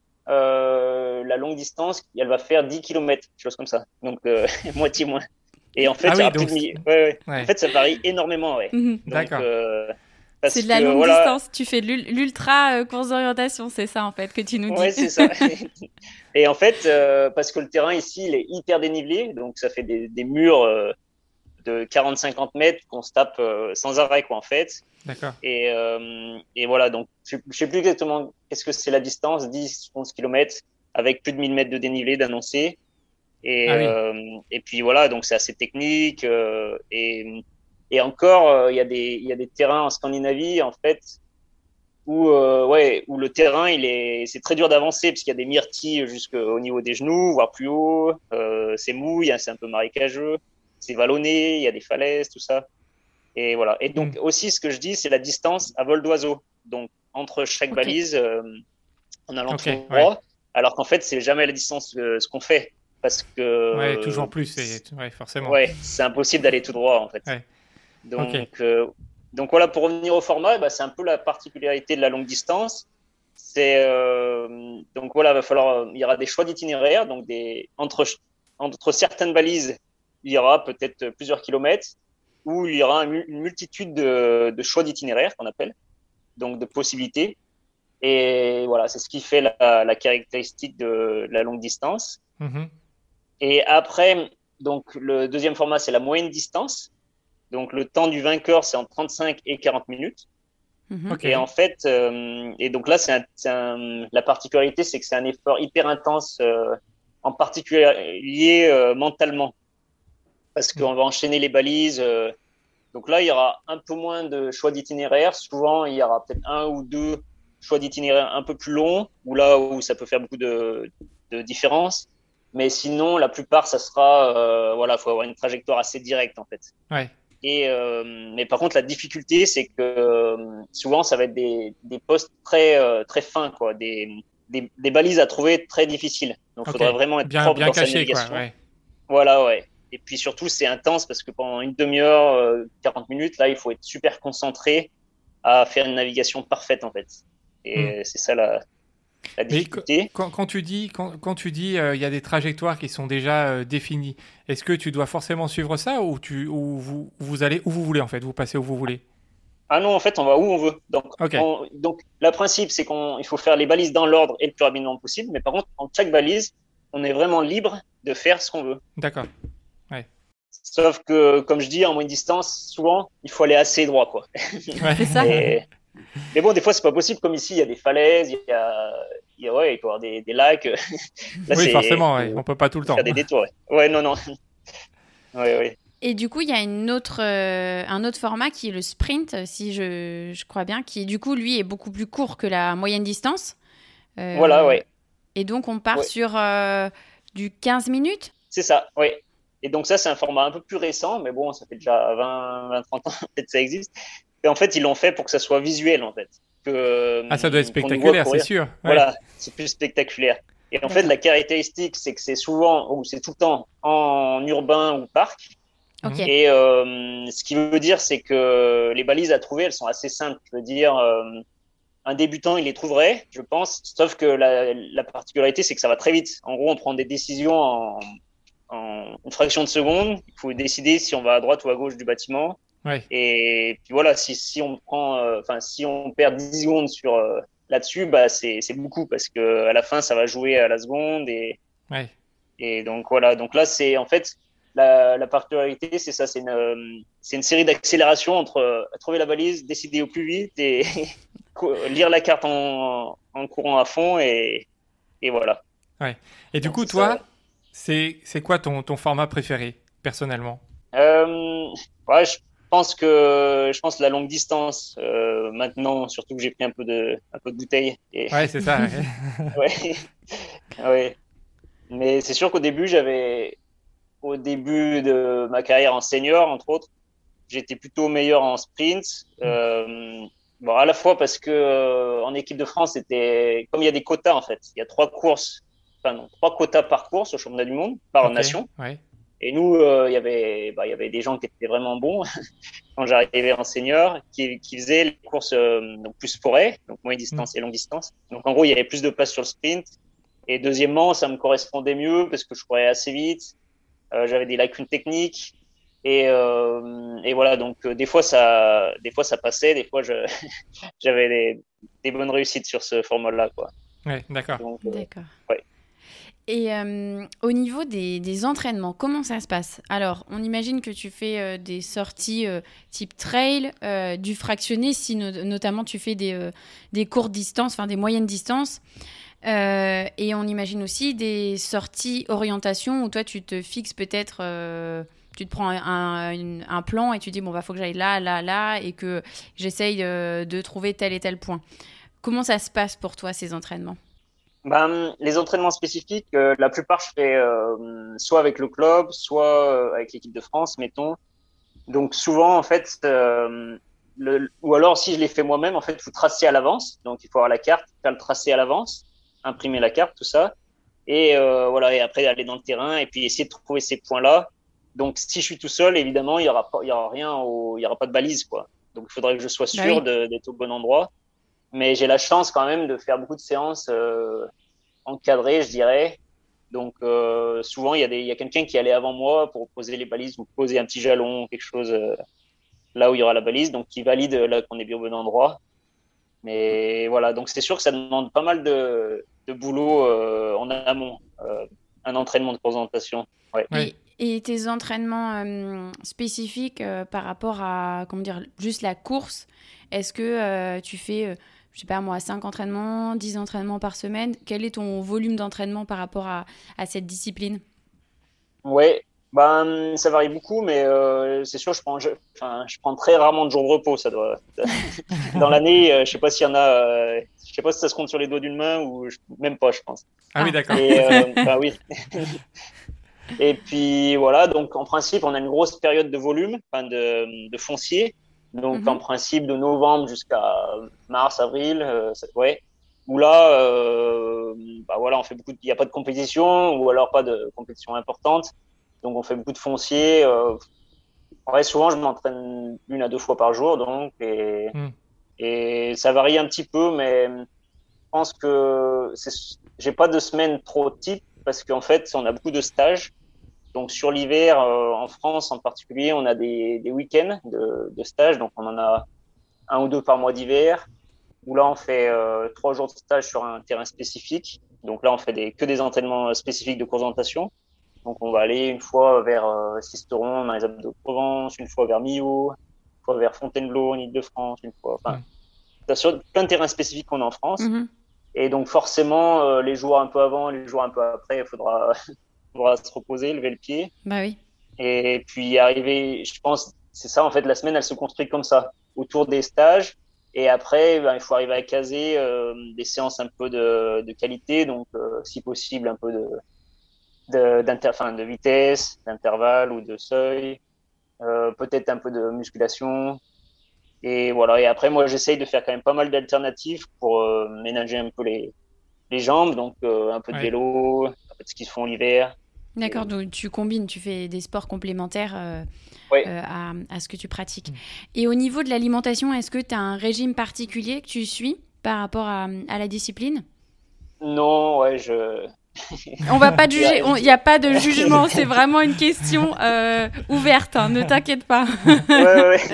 euh, la longue distance, elle va faire dix kilomètres, quelque chose comme ça. Donc euh, moitié moins. Et en fait, ah ça oui, plus donc... de... ouais, ouais. Ouais. En fait, ça varie énormément, ouais. Mm-hmm. Donc, D'accord. Euh, c'est de la que, longue voilà... distance, tu fais de l'ultra euh, course d'orientation, c'est ça en fait que tu nous dis. Ouais, c'est ça. Et en fait, euh, parce que le terrain ici, il est hyper dénivelé, donc ça fait des, des murs euh, de quarante à cinquante mètres qu'on se tape euh, sans arrêt, quoi, en fait. D'accord. Et, euh, et voilà, donc je ne sais plus exactement qu'est-ce que c'est la distance, dix, onze kilomètres, avec plus de mille mètres de dénivelé d'annoncé. Et, ah oui. euh, et puis voilà, donc c'est assez technique. Euh, et, et encore, il euh, y, y a des terrains en Scandinavie, en fait, où, euh, ouais, où le terrain, il est, c'est très dur d'avancer, parce qu'il y a des myrtilles jusqu'au niveau des genoux, voire plus haut. Euh, c'est mou, c'est un peu marécageux, c'est vallonné, il y a des falaises, tout ça. Et voilà. Et donc, mmh. aussi, ce que je dis, c'est la distance à vol d'oiseau. Donc, entre chaque okay. balise, euh, en allant okay, tout droit, ouais. alors qu'en fait, c'est jamais la distance, euh, ce qu'on fait. Parce que. Ouais, toujours plus, c'est, ouais, forcément. Ouais, c'est impossible d'aller tout droit, en fait. Ouais. Donc, okay. euh, donc voilà, pour revenir au format, bah, c'est un peu la particularité de la longue distance. C'est euh, donc voilà, va falloir, il y aura des choix d'itinéraire, donc des entre entre certaines balises, il y aura peut-être plusieurs kilomètres, où il y aura une multitude de, de choix d'itinéraire qu'on appelle, donc de possibilités. Et voilà, c'est ce qui fait la, la caractéristique de la longue distance. Mm-hmm. Et après, donc le deuxième format, c'est la moyenne distance. Donc, le temps du vainqueur, c'est entre trente-cinq et quarante minutes. Mmh. Okay. Et en fait, euh, et donc là, c'est un, c'est un, la particularité, c'est que c'est un effort hyper intense, euh, en particulier euh, mentalement. Parce qu'on mmh. va enchaîner les balises, euh, Donc là, il y aura un peu moins de choix d'itinéraire. Souvent, il y aura peut-être un ou deux choix d'itinéraire un peu plus longs, ou là où ça peut faire beaucoup de, de différence. Mais sinon, la plupart, ça sera, euh, voilà, faut avoir une trajectoire assez directe en fait. Ouais. Et euh, mais par contre, la difficulté, c'est que euh, souvent, ça va être des, des postes très euh, très fins, quoi, des, des des balises à trouver très difficiles. Donc, il Ok. faudrait vraiment être Bien, propre bien dans sa caché, quoi. navigation. Ouais. Voilà, ouais. Et puis surtout, c'est intense parce que pendant une demi-heure, euh, quarante minutes, là, il faut être super concentré à faire une navigation parfaite en fait. Et Hmm. c'est ça la la Mais qu- difficulté. quand, quand tu dis, quand, quand tu dis, euh, il y a des trajectoires qui sont déjà euh, définies, est-ce que tu dois forcément suivre ça ou tu, ou vous, vous allez où vous voulez en fait, vous passez où vous voulez? Ah non, en fait, on va où on veut. Donc, Ok. on, donc, le principe, c'est qu'on, il faut faire les balises dans l'ordre et le plus rapidement possible. Mais par contre, en chaque balise, on est vraiment libre de faire ce qu'on veut. D'accord. Sauf que, comme je dis, en moyenne distance, souvent, il faut aller assez droit, quoi. Ouais. C'est ça. Et- mais bon, des fois, c'est pas possible. Comme ici, il y a des falaises, il y a, il y a ouais, il peut y avoir des, des lacs. Là, Oui, c'est, forcément, ouais. faut On peut pas tout le temps. faire des détours. Ouais, ouais non, non. Ouais, ouais. Et du coup, il y a une autre, euh, un autre format qui est le sprint, si je, je crois bien, qui du coup, lui, est beaucoup plus court que la moyenne distance. Euh, Voilà, ouais. Et donc, on part Ouais. sur euh, du quinze minutes. C'est ça, oui. Et donc ça, c'est un format un peu plus récent, mais bon, ça fait déjà vingt, vingt, trente ans peut-être que ça existe. Et en fait, ils l'ont fait pour que ça soit visuel, en fait. Que, Ah, ça doit être qu'on nous voit spectaculaire, c'est courir. sûr. Ouais. Voilà, c'est plus spectaculaire. Et en fait, D'accord. la caractéristique, c'est que c'est souvent, ou c'est tout le temps en urbain ou parc. Ok. Et euh, ce qui veut dire, c'est que les balises à trouver, elles sont assez simples. Je veux dire, euh, un débutant, il les trouverait, je pense. Sauf que la, la particularité, c'est que ça va très vite. En gros, on prend des décisions en, en une fraction de seconde. Il faut décider si on va à droite ou à gauche du bâtiment. Ouais. Et puis voilà, si, si on prend, enfin, euh, si on perd dix secondes sur euh, là-dessus, bah c'est c'est beaucoup parce que à la fin, ça va jouer à la seconde et Ouais. et donc voilà. Donc là, c'est en fait la, la particularité, c'est ça, c'est une c'est une série d'accélérations entre euh, trouver la balise, décider au plus vite et lire la carte en, en courant à fond et et voilà. Ouais. Et du Donc, coup, c'est toi, ça. c'est c'est quoi ton, ton format préféré, personnellement? Euh, ouais, je pense que je pense la longue distance euh, maintenant, surtout que j'ai pris un peu de un peu de bouteille. Et Ouais, c'est ça. Ouais. ouais, ouais. Mais c'est sûr qu'au début, j'avais au début de ma carrière en senior, entre autres, j'étais plutôt meilleur en sprint. Euh, bon, à la fois parce que euh, en équipe de France, c'était comme il y a des quotas en fait. Il y a trois courses, enfin non, trois quotas par course au championnat du monde par Ok. nation. Ouais. Et nous, euh, il y avait, bah, il y avait des gens qui étaient vraiment bons quand j'arrivais en senior, qui, qui faisaient les courses euh, donc plus forêt, donc moyenne distance et longue distance. Donc en gros, il y avait plus de place sur le sprint. Et deuxièmement, ça me correspondait mieux parce que je courais assez vite, euh, j'avais des lacunes techniques. Et, euh, et voilà, donc euh, des fois ça, des fois ça passait, des fois je, j'avais des, des bonnes réussites sur ce format-là, quoi. Ouais, d'accord. Donc, euh, D'accord. ouais. Et euh, au niveau des, des entraînements, comment ça se passe? Alors, on imagine que tu fais euh, des sorties euh, type trail, euh, du fractionné, si no- notamment tu fais des, euh, des courtes distances, enfin des moyennes distances. Euh, et on imagine aussi des sorties orientation où toi, tu te fixes peut-être, euh, tu te prends un, un, une- un plan et tu dis, bon, bah, faut que j'aille là, là, là, et que j'essaye euh, de trouver tel et tel point. Comment ça se passe pour toi, ces entraînements? Ben, les entraînements spécifiques, euh, la plupart, je fais euh, soit avec le club, soit euh, avec l'équipe de France, mettons. Donc souvent, en fait, euh, le, ou alors si je les fais moi-même, en fait, il faut tracer à l'avance. Donc il faut avoir la carte, faire le tracé à l'avance, imprimer la carte, tout ça, et euh, voilà. Et après aller dans le terrain et puis essayer de trouver ces points-là. Donc si je suis tout seul, évidemment, il y aura pas, il y aura rien, au, il y aura pas de balise, quoi. Donc il faudrait que je sois Bah sûr oui. de, d'être au bon endroit. Mais j'ai la chance quand même de faire beaucoup de séances euh, encadrées, je dirais. Donc euh, souvent il y a des, il y a quelqu'un qui allait avant moi pour poser les balises ou poser un petit jalon, quelque chose euh, là où il y aura la balise, donc qui valide euh, là qu'on est bien au bon endroit. Mais voilà, donc c'est sûr que ça demande pas mal de, de boulot euh, en amont, euh, un entraînement de présentation. Ouais. Ouais. Et, et tes entraînements euh, spécifiques euh, par rapport à, comment dire, juste la course, est-ce que euh, tu fais, euh, je sais pas moi, cinq entraînements, dix entraînements par semaine? Quel est ton volume d'entraînement par rapport à, à cette discipline? Ouais, Ben, ça varie beaucoup, mais euh, c'est sûr, je prends, je, enfin, je prends très rarement de jours de repos. Ça doit dans l'année, euh, je sais pas s'il y en a, euh, je sais pas si ça se compte sur les doigts d'une main ou je- même pas, je pense. Ah oui, Ah. d'accord. Et euh, ben oui. Et puis voilà, donc en principe, on a une grosse période de volume, enfin de, de foncier. Donc en Mhm. principe, de novembre jusqu'à mars, avril, euh, ça- ouais. Où là, euh, bah voilà, on fait beaucoup. de- Il n'y a pas de compétition ou alors pas de compétition importante. Donc on fait beaucoup de foncier. Euh, en vrai, souvent, je m'entraîne une à deux fois par jour, donc et, Hmm. et ça varie un petit peu, mais je pense que c'est, j'ai pas de semaine trop type parce qu'en fait, on a beaucoup de stages. Donc sur l'hiver, euh, en France en particulier, on a des, des week-ends de, de stage. Donc on en a un ou deux par mois d'hiver, où là on fait euh, trois jours de stage sur un terrain spécifique. Donc là on fait des, que des entraînements spécifiques de course d'orientation. Donc on va aller une fois vers euh, Sisteron dans les Alpes de Provence, une fois vers Millau, une fois vers Fontainebleau en Ile-de-France, une fois. Enfin, Hmm. t'as sur plein de terrains spécifiques qu'on a en France. Mhm. Et donc forcément, euh, les jours un peu avant, les jours un peu après, il faudra, faudra se reposer, lever le pied. Bah oui. Et puis arriver, je pense, c'est ça en fait, la semaine elle se construit comme ça, autour des stages. Et après, ben, il faut arriver à caser euh, des séances un peu de, de qualité, donc euh, si possible un peu de, de, d'inter, enfin, de vitesse, d'intervalle ou de seuil, euh, peut-être un peu de musculation. Et voilà. Et après, moi, j'essaye de faire quand même pas mal d'alternatives pour euh, ménager un peu les, les jambes, donc euh, un peu de Ouais. vélo, un peu de ski de fond l'hiver. D'accord, donc tu combines, tu fais des sports complémentaires euh, Oui. euh, à, à ce que tu pratiques. Mm. Et au niveau de l'alimentation, est-ce que tu as un régime particulier que tu suis par rapport à, à la discipline? Non, ouais, je. On va pas te Il y a- juger, il n'y a pas de jugement, c'est vraiment une question euh, ouverte, hein, ne t'inquiète pas. Ouais, ouais, ouais.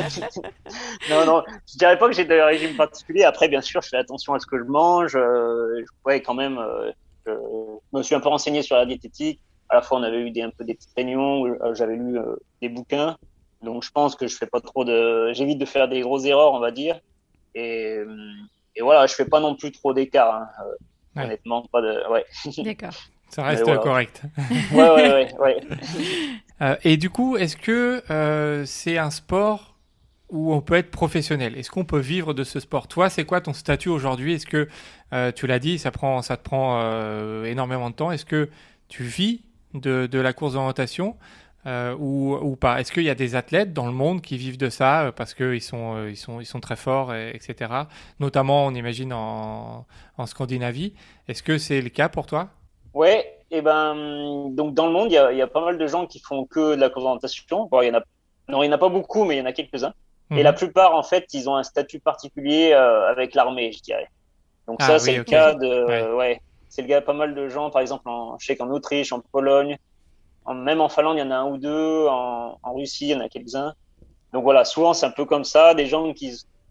Non, non, je dirais pas que j'ai de régime particulier. Après, bien sûr, je fais attention à ce que je mange. Euh, ouais, quand même, euh, je me suis un peu renseigné sur la diététique. À la fois, on avait eu des, un peu des petites réunions où euh, j'avais lu euh, des bouquins. Donc, je pense que je fais pas trop de, j'évite de faire des grosses erreurs, on va dire. Et, euh, et voilà, je fais pas non plus trop d'écart, hein. Euh, Ouais. Honnêtement, pas de, ouais. D'accord. Ça Mais reste voilà. correct. Ouais, ouais, ouais, ouais. Euh, et du coup, est-ce que euh, c'est un sport où on peut être professionnel? Est-ce qu'on peut vivre de ce sport? Toi, c'est quoi ton statut aujourd'hui? Est-ce que, euh, tu l'as dit, ça prend, ça te prend euh, énormément de temps. Est-ce que tu vis de, de la course d'orientation euh, ou, ou pas? Est-ce qu'il y a des athlètes dans le monde qui vivent de ça euh, parce qu'ils sont, euh, ils sont, ils sont très forts, et- etc. Notamment, on imagine, en, en Scandinavie. Est-ce que c'est le cas pour toi? Ouais, et ben, donc dans le monde, il y a, il y a pas mal de gens qui font que de la présentation. Bon, il y en a, non, il y en a pas beaucoup, mais il y en a quelques-uns. Et la Mhm. plupart, en fait, ils ont un statut particulier euh, avec l'armée, je dirais. Donc Ah ça, c'est oui, le ok. cas Ouais. de, ouais, c'est le cas de pas mal de gens, par exemple, en, je sais qu'en Autriche, en Pologne, en, même en Finlande, il y en a un ou deux, en, en Russie, il y en a quelques-uns. Donc voilà, souvent, c'est un peu comme ça, des gens qui,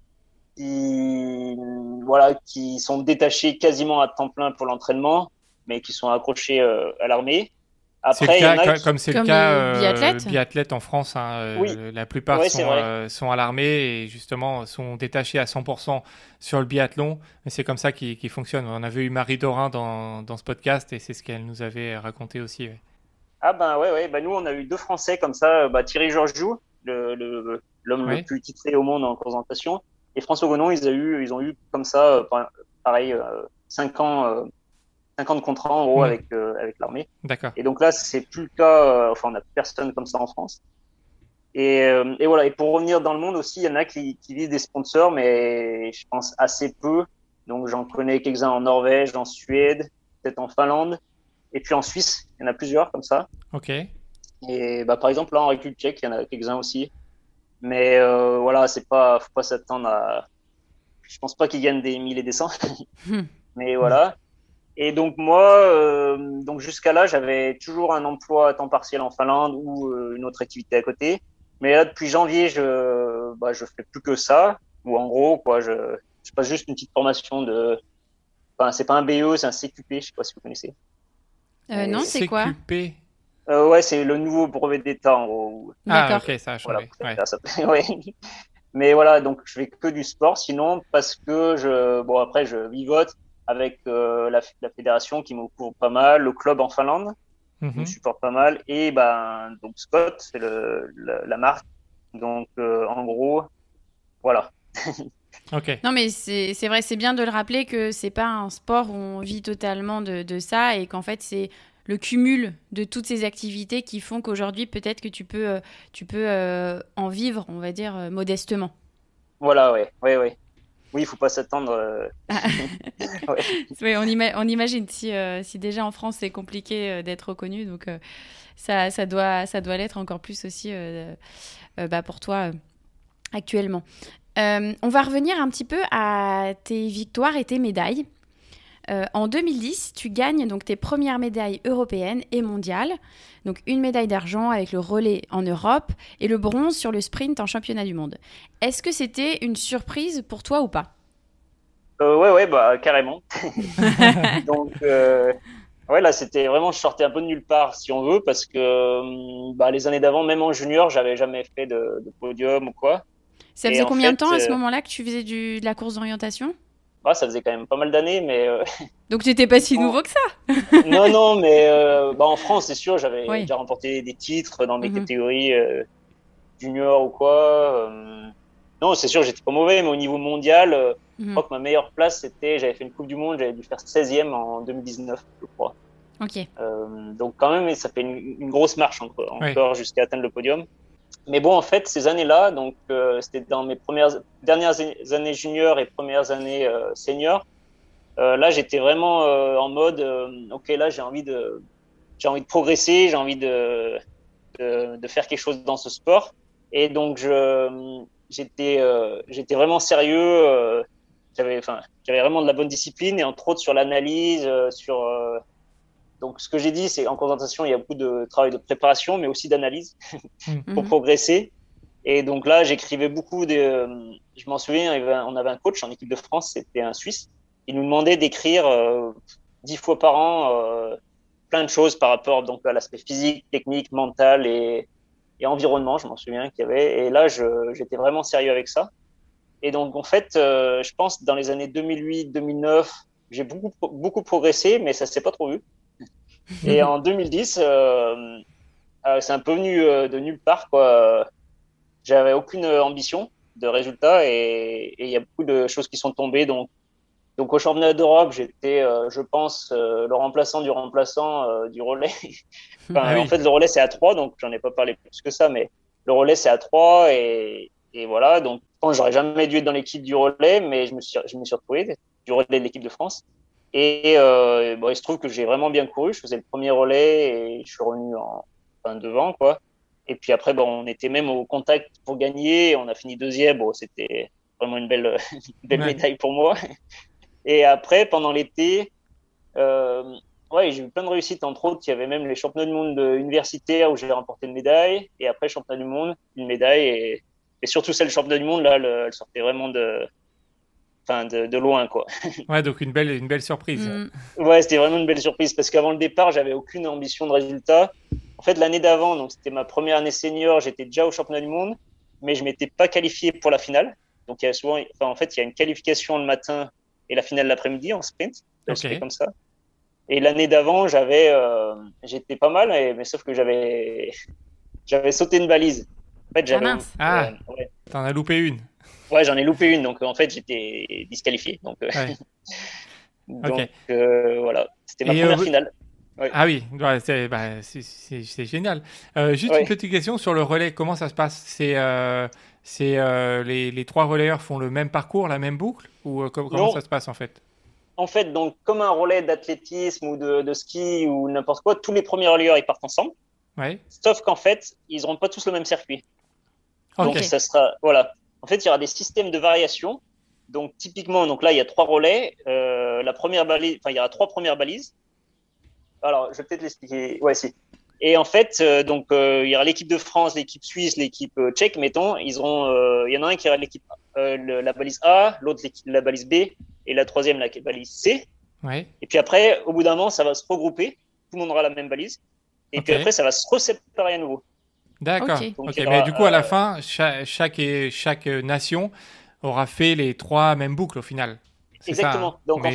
qui, voilà, qui sont détachés quasiment à temps plein pour l'entraînement, mais qui sont accrochés euh, à l'armée. C'est le Après, il y en cas, a co- qui, comme c'est le Comme cas les euh, biathlètes? biathlètes en France, hein, oui, euh, la plupart ouais, c'est sont, vrai. euh, sont à l'armée et justement sont détachés à cent pour cent sur le biathlon. Et c'est comme ça qu'ils qu'ils fonctionnent. On avait eu Marie Dorin dans, dans ce podcast et c'est ce qu'elle nous avait raconté aussi. Ouais. Ah ben ouais, ouais, ben nous on a eu deux Français comme ça, bah, Thierry Georgiou, le, le, l'homme le Ouais. plus titré au monde en présentation, et François Gonon, ils ont eu, ils ont eu comme ça, euh, pareil, euh, cinq ans, euh, cinq ans de contrat en gros Mm. avec euh, avec l'armée. D'accord. Et donc là, c'est plus le cas, euh, enfin on a personne comme ça en France. Et, euh, et voilà. Et pour revenir dans le monde aussi, il y en a qui, qui visent des sponsors, mais je pense assez peu. Donc j'en connais quelques-uns en Norvège, en Suède, peut-être en Finlande. Et puis en Suisse, il y en a plusieurs comme ça. Ok. Et bah, par exemple, là, en République tchèque, il y en a quelques-uns aussi. Mais euh, voilà, c'est pas, faut pas s'attendre à. Je pense pas qu'ils gagnent des mille et des cents. Hmm. Mais voilà. Et donc moi, euh, donc jusqu'à là, j'avais toujours un emploi à temps partiel en Finlande ou euh, une autre activité à côté. Mais là, depuis janvier, je, bah, je fais plus que ça. Ou en gros, quoi, je, je passe juste une petite formation de. Enfin, c'est pas un B E, c'est un C Q P. Je sais pas si vous connaissez. Euh, non, Et- c'est quoi? C Q P. Euh, ouais, c'est le nouveau brevet d'État en gros. Ah, D'accord. ok, ça a Voilà, changé. pour Ouais. faire ça. Ouais. Mais voilà, donc je fais que du sport, sinon parce que je, bon après je vivote avec euh, la, la fédération qui me couvre pas mal, le club en Finlande. je Mhm. me supporte pas mal. Et ben, donc Scott, c'est le, la, la marque. Donc, euh, en gros, voilà. Ok. Non, mais c'est c'est vrai, c'est bien de le rappeler que c'est pas un sport où on vit totalement de, de ça et qu'en fait, c'est le cumul de toutes ces activités qui font qu'aujourd'hui, peut-être que tu peux, euh, tu peux euh, en vivre, on va dire, euh, modestement. Voilà, ouais, ouais, ouais. Oui, il faut pas s'attendre. euh, ouais. Oui, on, ima- on imagine si, euh, si déjà en France c'est compliqué euh, d'être reconnu, donc euh, ça, ça doit, ça doit l'être encore plus aussi euh, euh, bah, pour toi euh, actuellement. Euh, on va revenir un petit peu à tes victoires et tes médailles. Euh, en deux mille dix, tu gagnes donc tes premières médailles européennes et mondiales. Donc une médaille d'argent avec le relais en Europe et le bronze sur le sprint en championnat du monde. Est-ce que c'était une surprise pour toi ou pas? Euh, ouais, ouais, bah, carrément. Donc, euh, ouais, là, c'était vraiment, je sortais un peu de nulle part, si on veut, parce que euh, bah, les années d'avant, même en junior, j'avais jamais fait de, de podium ou quoi. Ça Et faisait en combien de fait, temps à ce euh, moment-là que tu faisais du, de la course d'orientation? bah, ça faisait quand même pas mal d'années, mais euh, Donc tu n'étais pas si non, nouveau que ça. non, non, mais euh, bah, en France, c'est sûr, j'avais Oui. déjà remporté des titres dans mes Mhm. catégories euh, junior ou quoi. euh, non, c'est sûr, j'étais pas mauvais, mais au niveau mondial, euh, je Mhm. crois que ma meilleure place, c'était, j'avais fait une Coupe du Monde, j'avais dû faire seizième en deux mille dix-neuf, je crois. Ok. Euh, donc quand même, ça fait une, une grosse marche encore, Oui. encore jusqu'à atteindre le podium. Mais bon, en fait, ces années-là, donc euh, c'était dans mes premières dernières années juniors et premières années euh, seniors. Euh, là, j'étais vraiment euh, en mode, euh, ok, là, j'ai envie de, j'ai envie de progresser, j'ai envie de, de, de faire quelque chose dans ce sport. Et donc, je, j'étais, euh, j'étais vraiment sérieux. Euh, j'avais, enfin, j'avais vraiment de la bonne discipline et entre autres sur l'analyse, euh, sur euh, donc, ce que j'ai dit, c'est en présentation, il y a beaucoup de travail de préparation, mais aussi d'analyse Mm. pour Mhm. progresser. Et donc là, j'écrivais beaucoup de. euh, Je m'en souviens, on avait un coach en équipe de France, c'était un Suisse. Il nous demandait d'écrire euh, dix fois par an euh, plein de choses par rapport donc à l'aspect physique, technique, mental et, et environnement. Je m'en souviens qu'il y avait. Et là, je, j'étais vraiment sérieux avec ça. Et donc, en fait, euh, je pense dans les années deux mille huit, deux mille neuf, j'ai beaucoup beaucoup progressé, mais ça s'est pas trop vu. Et en deux mille dix, euh, euh, c'est un peu venu euh, de nulle part, quoi. J'avais aucune ambition de résultat et il y a beaucoup de choses qui sont tombées. Donc, donc au championnat d'Europe, j'étais, euh, je pense, euh, le remplaçant du remplaçant euh, du relais. Ah Enfin, en oui. fait, le relais, c'est à trois, donc j'en ai pas parlé plus que ça, mais le relais, c'est à trois et, et voilà. Donc, je pense que j'aurais jamais dû être dans l'équipe du relais, mais je me suis, je me suis retrouvé du relais de l'équipe de France. Et euh, bon, il se trouve que j'ai vraiment bien couru. Je faisais le premier relais et je suis revenu en, enfin, devant, quoi. Et puis après, bon, on était même au contact pour gagner. On a fini deuxième. Bon, c'était vraiment une belle, une belle Ouais. médaille pour moi. Et après, pendant l'été, euh, ouais, j'ai eu plein de réussites. Entre autres, il y avait même les championnats du monde universitaires où j'ai remporté une médaille. Et après, championnat du monde, une médaille. Et, et surtout celle championnat du monde, là, le, elle sortait vraiment de, enfin, de, de loin, quoi. Ouais, donc une belle, une belle surprise. Mhm. Ouais, c'était vraiment une belle surprise parce qu'avant le départ, j'avais aucune ambition de résultat. En fait, l'année d'avant, donc c'était ma première année senior, j'étais déjà au championnat du monde, mais je m'étais pas qualifié pour la finale. Donc il y a souvent, enfin, en fait, il y a une qualification le matin et la finale l'après-midi en sprint. Ça se fait Ok. comme ça. Et l'année d'avant, j'avais, euh, j'étais pas mal, et, mais sauf que j'avais, j'avais sauté une balise. En fait, Ah j'avais, mince. Ah, euh, ouais, t'en as loupé une. ouais, j'en ai loupé une, donc en fait, j'étais disqualifié. Donc, euh, Ouais. donc Ok. euh, voilà, c'était ma Et première euh, finale. Ouais. ah oui, ouais, c'est bah, c'est c'est- c'est génial. Euh, juste une Ouais. petite question sur le relais. Comment ça se passe? C'est euh, c'est euh, les, les trois relayeurs font le même parcours, la même boucle, ou euh, com- comment ça Non, se passe en fait? en fait, donc, comme un relais d'athlétisme ou de, de ski ou n'importe quoi, tous les premiers relayeurs, ils partent ensemble. Ouais. Sauf qu'en fait, ils n'auront pas tous le même circuit. Ok. Donc, ça sera, voilà. En fait, il y aura des systèmes de variation. Donc, typiquement, donc là, il y a trois relais. Euh, la première balise, enfin, il y aura trois premières balises. Alors, je vais peut-être l'expliquer. Ouais, si. Et en fait, euh, donc, euh, il y aura l'équipe de France, l'équipe suisse, l'équipe euh, tchèque, mettons. Ils auront, euh, il y en a un qui aura l'équipe, euh, le, la balise A, l'autre la balise B, et la troisième la balise C. Ouais. Et puis après, au bout d'un moment, ça va se regrouper. Tout le monde aura la même balise. Et Ok. puis après, ça va se reséparer à nouveau. D'accord. Ok. Donc, Ok. il y Mais aura, du coup, à la euh, fin, chaque chaque, chaque nation aura fait les trois mêmes boucles au final. C'est ça, hein? exactement. Donc, en Mais fait,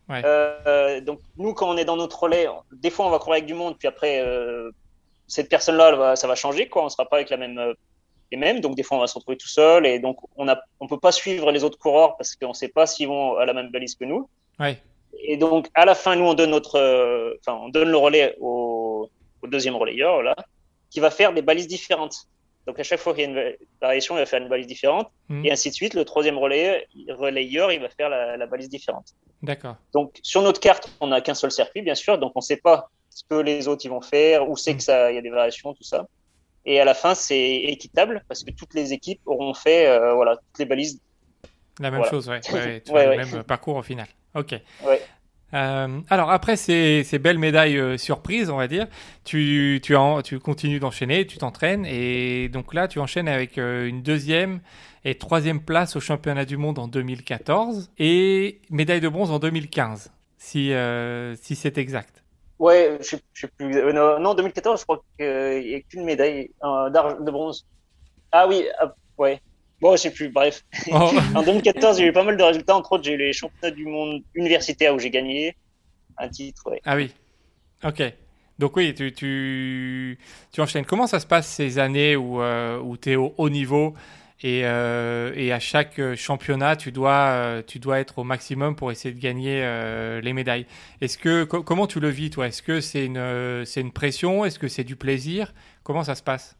Ouais. Euh, donc, nous, quand on est dans notre relais, des fois, on va courir avec du monde, puis après, euh, cette personne-là, elle va- ça va changer, quoi. On ne sera pas avec la même, euh, les mêmes. Donc, des fois, on va se retrouver tout seul. Et donc, on a, on peut pas suivre les autres coureurs parce qu'on ne sait pas s'ils vont à la même balise que nous. Ouais. Et donc, à la fin, nous, on donne notre, euh, enfin, on donne le relais au, au deuxième relayeur, là, qui va faire des balises différentes. Donc, à chaque fois qu'il y a une variation, il va faire une balise différente. Mmh. Et ainsi de suite, le troisième relayeur, relayeur il va faire la, la balise différente. D'accord. Donc, sur notre carte, on n'a qu'un seul circuit, bien sûr. Donc, on ne sait pas ce que les autres ils vont faire, où c'est Mmh. que ça, il y a des variations, tout ça. Et à la fin, c'est équitable parce que toutes les équipes auront fait, euh, voilà, toutes les balises. La même Voilà. chose, ouais. ouais, ouais, tu Ouais, vois, ouais. le même parcours au final. Ok. Ouais. Euh, alors après ces, ces belles médailles euh, surprises, on va dire, tu, tu, en, tu continues d'enchaîner, tu t'entraînes et donc là tu enchaînes avec euh, une deuxième et troisième place au championnat du monde en deux mille quatorze et médaille de bronze en deux mille quinze, si, euh, si c'est exact. Ouais, je sais, je sais plus. Euh, non, non, deux mille quatorze, je crois qu'il n'y a qu'une médaille euh, d'argent, de bronze. Ah oui, ah, ouais. Bon, je sais plus. Bref. Oh. En deux mille quatorze, j'ai eu pas mal de résultats. Entre autres, j'ai eu les championnats du monde universitaires où j'ai gagné un titre. Ouais. Ah oui, ok. Donc oui, tu, tu, tu enchaînes. Comment ça se passe ces années où, euh, où tu es au haut niveau et, euh, et à chaque championnat, tu dois, euh, tu dois être au maximum pour essayer de gagner euh, les médailles. Est-ce que, co- comment tu le vis, toi? Est-ce que c'est une, euh, c'est une pression? Est-ce que c'est du plaisir? Comment ça se passe?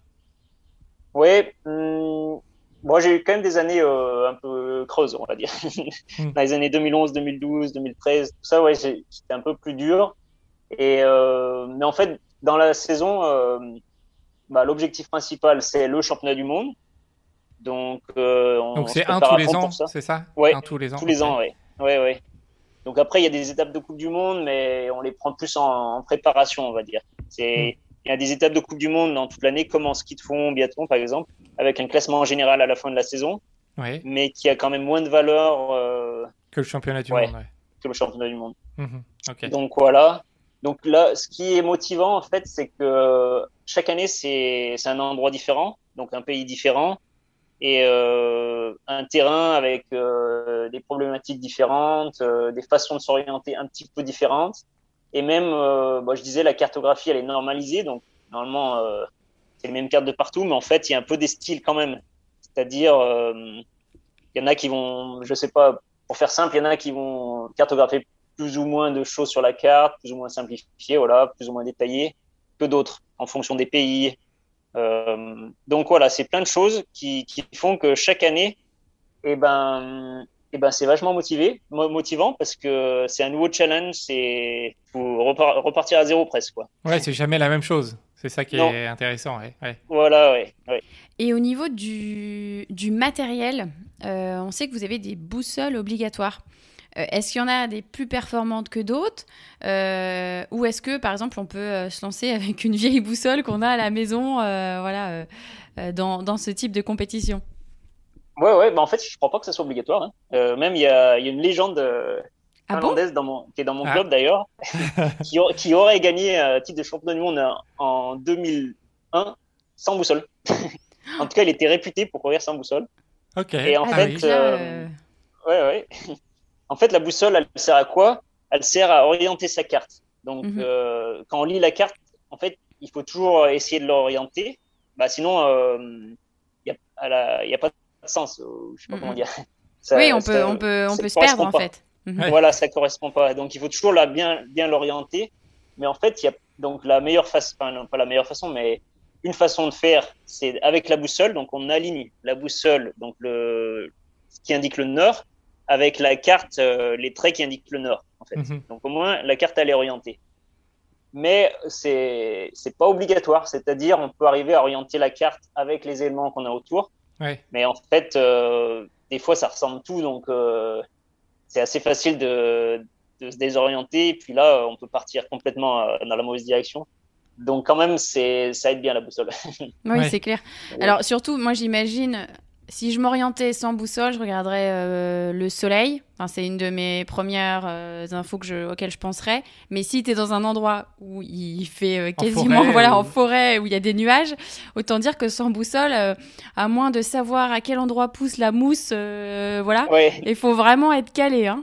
Ouais. Hum, moi, j'ai eu quand même des années euh, un peu creuses, on va dire. Hmm. Dans les années deux mille onze, deux mille douze, deux mille treize, tout ça, ouais, j'ai- c'était un peu plus dur. Et euh, mais en fait, dans la saison, euh, bah, l'objectif principal, c'est le championnat du monde. Donc, euh, on, Donc on se c'est un prépare tous à les fond ans, pour ça. c'est ça? Ouais, Un tous les ans. tous les ok. ans, ouais. Ouais, ouais. Donc après, il y a des étapes de Coupe du Monde, mais on les prend plus en, en préparation, on va dire. Hmm. C'est, il y a des étapes de Coupe du Monde dans toute l'année, comme en ski de fond, biathlon, par exemple, avec un classement en général à la fin de la saison, Ouais. mais qui a quand même moins de valeur euh, Que le championnat du ouais, monde, ouais. que le championnat du monde. Mhm. Ok. Donc voilà. Donc là, ce qui est motivant, en fait, c'est que chaque année, c'est, c'est un endroit différent, donc un pays différent, et euh, un terrain avec euh, des problématiques différentes, euh, des façons de s'orienter un petit peu différentes. Et même, euh, bah, je disais, la cartographie, elle est normalisée, donc normalement, euh, c'est les mêmes cartes de partout, mais en fait, il y a un peu des styles quand même. C'est-à-dire, euh, il y en a qui vont, je sais pas, pour faire simple, il y en a qui vont cartographier plus ou moins de choses sur la carte, plus ou moins simplifiées, voilà, plus ou moins détaillées que d'autres, en fonction des pays. Euh, donc voilà, c'est plein de choses qui, qui font que chaque année, eh ben, eh ben, c'est vachement motivé, mo- motivant parce que c'est un nouveau challenge, c'est faut repar- repartir à zéro presque, quoi. Ouais, c'est jamais la même chose. C'est ça qui Non. est intéressant, ouais. ouais. Voilà, ouais, ouais. Et au niveau du, du matériel, euh, on sait que vous avez des boussoles obligatoires. Euh, est-ce qu'il y en a des plus performantes que d'autres euh, ou est-ce que, par exemple, on peut euh, se lancer avec une vieille boussole qu'on a à la maison euh, voilà, euh, euh, dans, dans ce type de compétition? Ouais, ouais, bah en fait, je crois pas que ça soit obligatoire, hein. Euh, même, il y a, il y a une légende euh, Ah bon? finlandaise dans mon, qui est dans mon Ah. club d'ailleurs, qui, aur- qui aurait gagné un titre de champion du monde en, en deux mille un sans boussole. En tout cas, il était réputé pour courir sans boussole. Ok. Et en Ah, fait, donc déjà, euh, euh, ouais, ouais. En fait, la boussole, elle sert à quoi? Elle sert à orienter sa carte. Donc, Mhm. euh, quand on lit la carte, en fait, il faut toujours essayer de l'orienter. Bah, sinon, euh, il n'y a, a pas de sens. euh, Je sais pas Mhm. comment dire. Ça- oui, on ça- peut, on peut, on ça peut se correspond perdre en pas. fait. Mhm. Ouais. Voilà, ça correspond pas. Donc, il faut toujours la bien, bien l'orienter. Mais en fait, il y a donc la meilleure façon, enfin, non, pas la meilleure façon, mais une façon de faire, c'est avec la boussole. Donc, on aligne la boussole, donc le, ce qui indique le nord, avec la carte, euh, les traits qui indiquent le nord, en fait. Mhm. Donc, au moins, la carte, elle est orientée. Mais c'est, c'est pas obligatoire. C'est-à-dire, on peut arriver à orienter la carte avec les éléments qu'on a autour. Ouais. Mais en fait, euh, des fois, ça ressemble tout. Donc, euh, c'est assez facile de, de se désorienter. Et puis là, on peut partir complètement euh, dans la mauvaise direction. Donc, quand même, c'est, ça aide bien la boussole. Oui, Ouais. c'est clair. Alors, surtout, moi, j'imagine, si je m'orientais sans boussole, je regarderais euh, le soleil. Enfin, c'est une de mes premières euh, infos que je, auxquelles je penserais. Mais si tu es dans un endroit où il fait euh, En quasiment forêt, voilà, ou- en forêt, où il y a des nuages, autant dire que sans boussole, euh, à moins de savoir à quel endroit pousse la mousse, euh, voilà, Ouais, il faut vraiment être calé. Hein.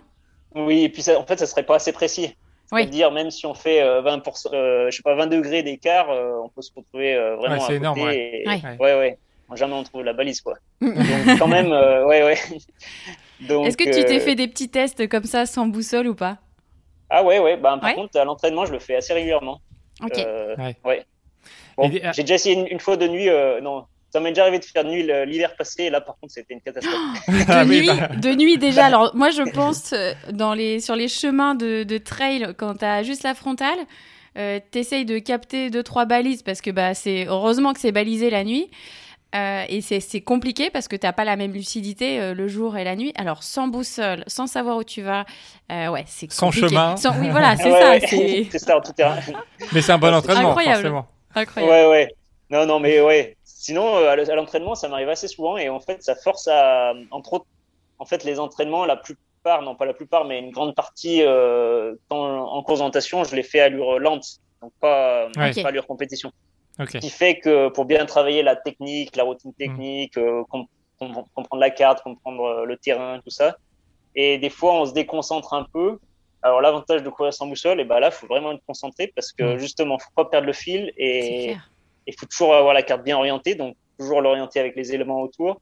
Oui, et puis ça, en fait, ça serait pas assez précis. Oui. C'est-à-dire, même si on fait euh, vingt pour cent, euh, je sais pas, vingt degrés d'écart, euh, on peut se retrouver euh, vraiment Ouais, à c'est côté. énorme, ouais. Et... Ouais. ouais, ouais. Jamais on trouve la balise, quoi. Donc, quand même, euh, ouais, ouais. Donc, Est-ce que tu t'es euh, fait des petits tests comme ça sans boussole ou pas? ah ouais, ouais. Bah, par Ouais. contre, à l'entraînement, je le fais assez régulièrement. Ok. Euh, Ouais. ouais. Bon, Et- j'ai déjà essayé une, une fois de nuit. Euh, non, ça m'est déjà arrivé de faire de nuit le- l'hiver passé. Et là, par contre, c'était une catastrophe. Ah De oui, nuit, bah, de nuit déjà. Alors moi je pense euh, dans les, sur les chemins de, de trail, quand t'as juste la frontale, euh, t'essayes de capter deux trois balises parce que bah, c'est heureusement que c'est balisé la nuit. Euh, et c'est, c'est compliqué parce que t'as pas la même lucidité euh, le jour et la nuit. Alors sans boussole, sans savoir où tu vas, euh, ouais, c'est Sans compliqué. chemin. Sans- oui, voilà, c'est Ouais, ça. ouais. C'est C'est ça en tout cas. mais c'est un bon C'est entraînement, incroyable. forcément. incroyable. Ouais, ouais. Non, non, mais ouais. Sinon, euh, à l- à l'entraînement, ça m'arrive assez souvent et en fait, ça force à, entre autres, en fait, les entraînements, la plupart, non pas la plupart, mais une grande partie euh, en, en course d'orientation, je les fais à allure lente, donc pas, Ouais. Ok. pas allure compétition. Ok. Ce qui fait que pour bien travailler la technique, la Mm. routine technique, euh, com- com- comprendre la carte, comprendre euh, le terrain, tout ça. Et des fois, on se déconcentre un peu. Alors, l'avantage de courir sans boussole, et ben là, il faut vraiment être concentré parce que Mm. justement, il ne faut pas perdre le fil C'est et clair. il faut toujours avoir la carte bien orientée, donc toujours l'orienter avec les éléments autour.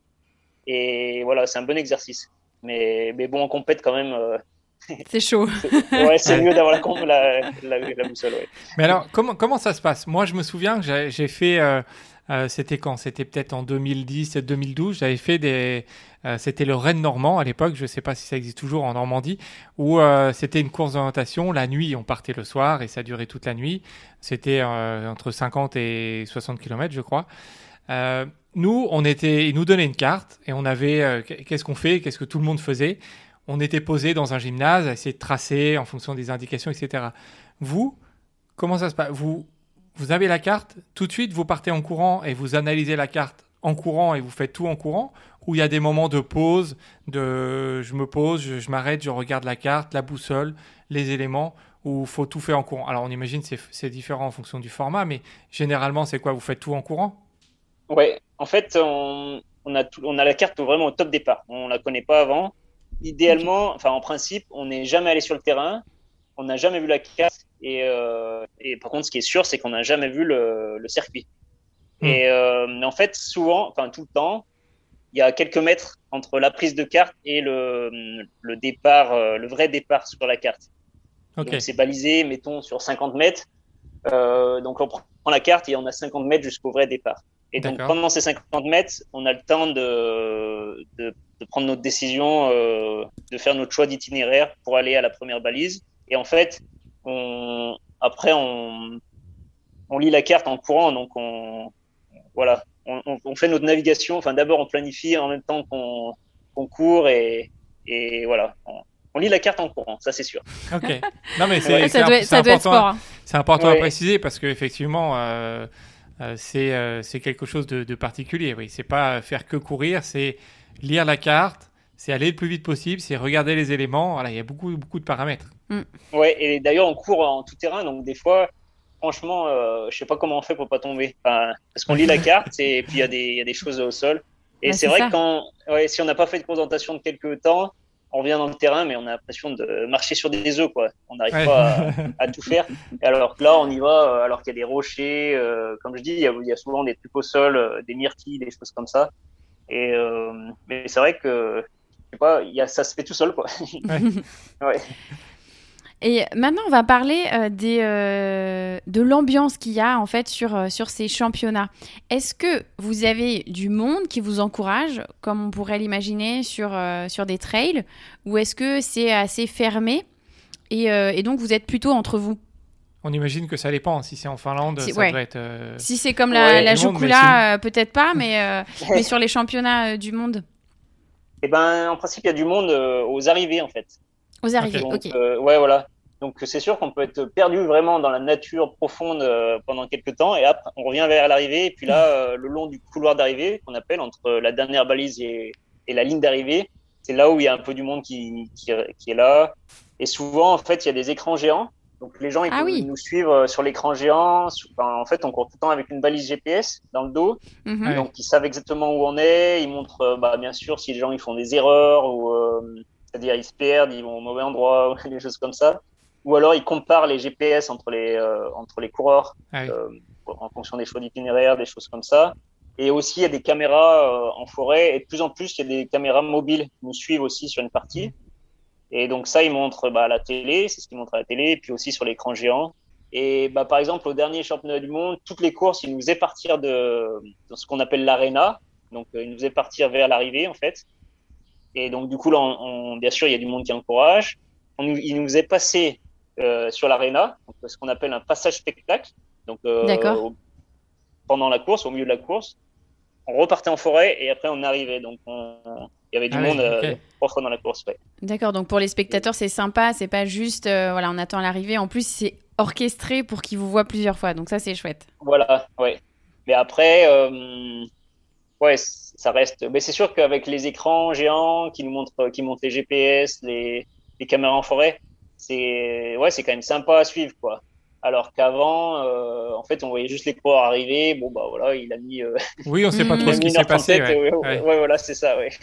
Et voilà, c'est un bon exercice. Mais, mais bon, on compète quand même. euh, C'est chaud. c'est- ouais, c'est Ouais. mieux d'avoir la, com- la, la, la boussole. Ouais. Mais alors, comment, comment ça se passe? Moi, je me souviens que j'ai, j'ai fait. Euh, euh, c'était quand? C'était peut-être en deux mille dix, deux mille douze. J'avais fait des. Euh, c'était le Rennes normand à l'époque. Je ne sais pas si ça existe toujours en Normandie. Où euh, c'était une course d'orientation. La nuit, on partait le soir et ça durait toute la nuit. C'était euh, entre cinquante et soixante kilomètres, je crois. Euh, nous, on était, ils nous donnaient une carte et on avait. Euh, qu'est-ce qu'on fait? Qu'est-ce que tout le monde faisait? On était posé dans un gymnase à essayer de tracer en fonction des indications, et cetera. Vous, comment ça se passe? Vous, vous avez la carte, tout de suite vous partez en courant et vous analysez la carte en courant et vous faites tout en courant? Ou il y a des moments de pause, de je me pose, je, je m'arrête, je regarde la carte, la boussole, les éléments, où il faut tout faire en courant? Alors on imagine que c'est, c'est différent en fonction du format, mais généralement c'est quoi? Vous faites tout en courant? Ouais, en fait, on, on, a tout, on a la carte vraiment au top départ. On la connaît pas avant. Idéalement, enfin en principe, on n'est jamais allé sur le terrain, on n'a jamais vu la carte et, euh, et par contre, ce qui est sûr, c'est qu'on n'a jamais vu le, le circuit. Hmm. Et euh, en fait, souvent, enfin tout le temps, il y a quelques mètres entre la prise de carte et le, le départ, euh, le vrai départ sur la carte. Ok. Donc c'est balisé, mettons, sur cinquante mètres. Euh, donc on prend la carte et on a cinquante mètres jusqu'au vrai départ. Et donc D'accord. pendant ces cinquante mètres, on a le temps de, de, de prendre notre décision, euh, de faire notre choix d'itinéraire pour aller à la première balise. Et en fait, on, après, on, on lit la carte en courant. Donc on, voilà, on, on, on fait notre navigation. Enfin, d'abord, on planifie en même temps qu'on, qu'on court et, et voilà. On, on lit la carte en courant, ça c'est sûr. Ok. Non mais c'est, Ouais, Ouais, c'est ça imp- doit, c'est ça doit être important. sport. hein. C'est important à Ouais. préciser parce qu'effectivement, euh, euh, c'est, euh, c'est quelque chose de, de particulier. Oui, c'est pas faire que courir, c'est lire la carte, c'est aller le plus vite possible, c'est regarder les éléments. Voilà, il y a beaucoup, beaucoup de paramètres. Ouais, et d'ailleurs, on court en tout terrain, donc des fois, franchement, euh, je sais pas comment on fait pour pas tomber. Enfin, parce qu'on lit la carte et puis il y a des, il y a des choses au sol. Et Ouais, c'est c'est vrai ça. que quand, ouais, si on n'a pas fait de présentation de quelques temps, on revient dans le terrain, mais on a l'impression de marcher sur des œufs, quoi. On n'arrive Ouais. pas à, à tout faire. Et alors que là, on y va, euh, alors qu'il y a des rochers, euh, comme je dis, il y a, il y a souvent des trucs au sol, euh, des myrtilles, des choses comme ça. Et euh, mais c'est vrai que, je sais pas, il y a, ça se fait tout seul, quoi. Ouais. Et maintenant, on va parler euh, des, euh, de l'ambiance qu'il y a en fait sur, euh, sur ces championnats. Est-ce que vous avez du monde qui vous encourage, comme on pourrait l'imaginer sur, euh, sur des trails, ou est-ce que c'est assez fermé et, euh, et donc vous êtes plutôt entre vous? On imagine que ça dépend. Si c'est en Finlande, Si- ça ouais. devrait être. euh, Si c'est comme la, Ouais, la du monde, mais Jukula, euh, peut-être pas, mais, euh, mais sur les championnats euh, du monde. Et ben, en principe, il y a du monde euh, aux arrivées, en fait. Aux arrivées, Donc, ok. euh, ouais, voilà. Donc, c'est sûr qu'on peut être perdu vraiment dans la nature profonde euh, pendant quelques temps, et après, on revient vers l'arrivée, et puis là, euh, le long du couloir d'arrivée, qu'on appelle entre la dernière balise et, et la ligne d'arrivée, c'est là où il y a un peu du monde qui, qui, qui est là. Et souvent, en fait, il y a des écrans géants. Donc, les gens, ils Ah peuvent oui. nous suivre sur l'écran géant. Enfin, en fait, on court tout le temps avec une balise G P S dans le dos. Mhm. Ouais. Donc, ils savent exactement où on est. Ils montrent, euh, bah, bien sûr, si les gens ils font des erreurs ou, euh, c'est-à-dire ils se perdent, ils vont au mauvais endroit, des choses comme ça. Ou alors ils comparent les G P S entre les, euh, entre les coureurs Ah oui. euh, en fonction des choix d'itinéraire, des choses comme ça. Et aussi, il y a des caméras euh, en forêt et de plus en plus, il y a des caméras mobiles qui nous suivent aussi sur une partie. Et donc ça, ils montrent bah, à la télé, c'est ce qu'ils montrent à la télé, et puis aussi sur l'écran géant. Et bah, par exemple, au dernier championnat du monde, toutes les courses, ils nous faisaient partir de, de ce qu'on appelle l'arena. Donc, euh, ils nous faisaient partir vers l'arrivée, en fait. Et donc, du coup, là, on, on, bien sûr, il y a du monde qui encourage. On, ils nous faisaient passer euh, sur l'arena, donc, ce qu'on appelle un passage spectacle. Donc, euh, au, pendant la course, au milieu de la course, on repartait en forêt et après on arrivait. Donc, on, il y avait du Ah monde oui, euh, ok. trois fois dans la course. Ouais. D'accord, donc pour les spectateurs, c'est sympa, c'est pas juste, euh, voilà, on attend l'arrivée. En plus, c'est orchestré pour qu'ils vous voient plusieurs fois, donc ça, c'est chouette. Voilà, ouais. Mais après, euh, ouais, ça reste. Mais c'est sûr qu'avec les écrans géants qui nous montrent, qui montrent les G P S, les, les caméras en forêt, c'est, ouais, c'est quand même sympa à suivre, quoi. Alors qu'avant, euh, en fait, on voyait juste les coureurs arriver. Bon, bah voilà, il a mis, euh, Oui, on sait pas Mmh. trop il a ce mis qui s'est passé. une heure trente-sept. Ouais. Et ouais, Ouais. ouais, voilà, c'est ça, ouais.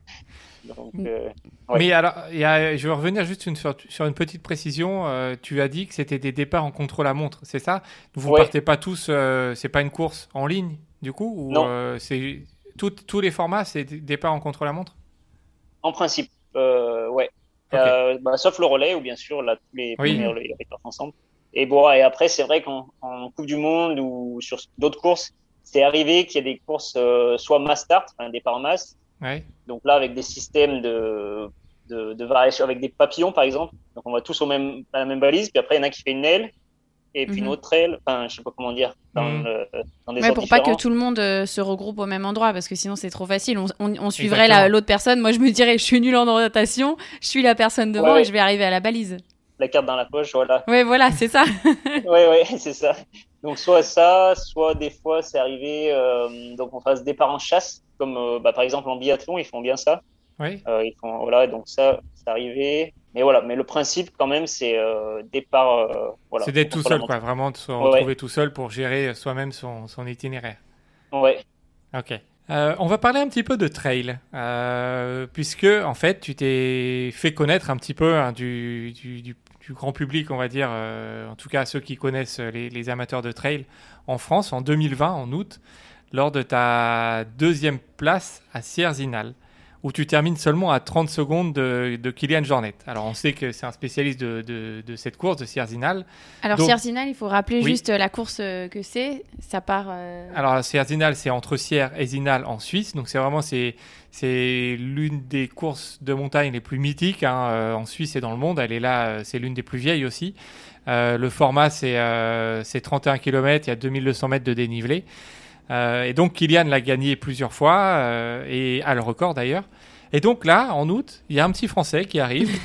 Donc, euh, ouais. Mais alors, il y a, je vais revenir juste une, sur, sur une petite précision. Euh, tu as dit que c'était des départs en contre-la-montre, c'est ça? Vous Ouais. partez pas tous, euh, c'est pas une course en ligne, du coup? Ou Non. euh, c'est tout- tous les formats, c'est des départs en contre-la-montre? En principe, euh, ouais. Ok. Euh, bah, sauf le relais, où bien sûr, là, tous les Oui. premiers relais ils partent ensemble. Et bon, et après, c'est vrai qu'en en Coupe du Monde ou sur d'autres courses, c'est arrivé qu'il y ait des courses euh, soit mass start, un départ en masse. Ouais. Donc là, avec des systèmes de, de, de variation, avec des papillons, par exemple. Donc on va tous au même, à la même balise, puis après, il y en a qui fait une aile, et puis Mhm. une autre aile, enfin, je sais pas comment dire, dans, Mhm. le, dans des Ouais, ordres pour pas que différents. tout le monde euh, se regroupe au même endroit, parce que sinon c'est trop facile. On, on, on suivrait Exactement. la- l'autre personne. Moi, je me dirais, je suis nul en orientation, je suis la personne devant Ouais, ouais. et je vais arriver à la balise. La carte dans la poche, voilà. Ouais, voilà, c'est ça. Ouais, ouais, c'est ça. Donc, soit ça, soit des fois, c'est arrivé, euh, donc on fasse départ en chasse, comme euh, bah, par exemple en biathlon, ils font bien ça. Oui. Euh, ils font, voilà, donc ça, c'est arrivé. Mais voilà, mais le principe, quand même, c'est euh, départ, euh, voilà. C'est d'être tout contre la seul, quoi. Vraiment de se Ouais, retrouver ouais. tout seul pour gérer soi-même son, son itinéraire. Ouais, Ok. Euh, on va parler un petit peu de trail, euh, puisque en fait tu t'es fait connaître un petit peu hein, du, du, du, du grand public, on va dire, euh, en tout cas ceux qui connaissent les, les amateurs de trail en France en deux mille vingt, en août, lors de ta deuxième place à Sierre-Zinal, où tu termines seulement à trente secondes de, de Kilian Jornet. Alors on sait que c'est un spécialiste de, de, de cette course de Sierre-Zinal. Alors, Donc- Sierre-Zinal, il faut rappeler Oui. juste euh, la course euh, que c'est. Ça part. euh, Alors, Sierre-Zinal, c'est entre Sierre et Zinal en Suisse. Donc, c'est vraiment c'est, c'est l'une des courses de montagne les plus mythiques hein, euh, en Suisse et dans le monde. Elle est là, euh, c'est l'une des plus vieilles aussi. Euh, le format, c'est, euh, c'est trente et un kilomètres, il y a deux mille deux cents mètres de dénivelé. Euh, et donc, Kilian l'a gagné plusieurs fois, euh, et a le record d'ailleurs. Et donc là, en août, il y a un petit Français qui arrive,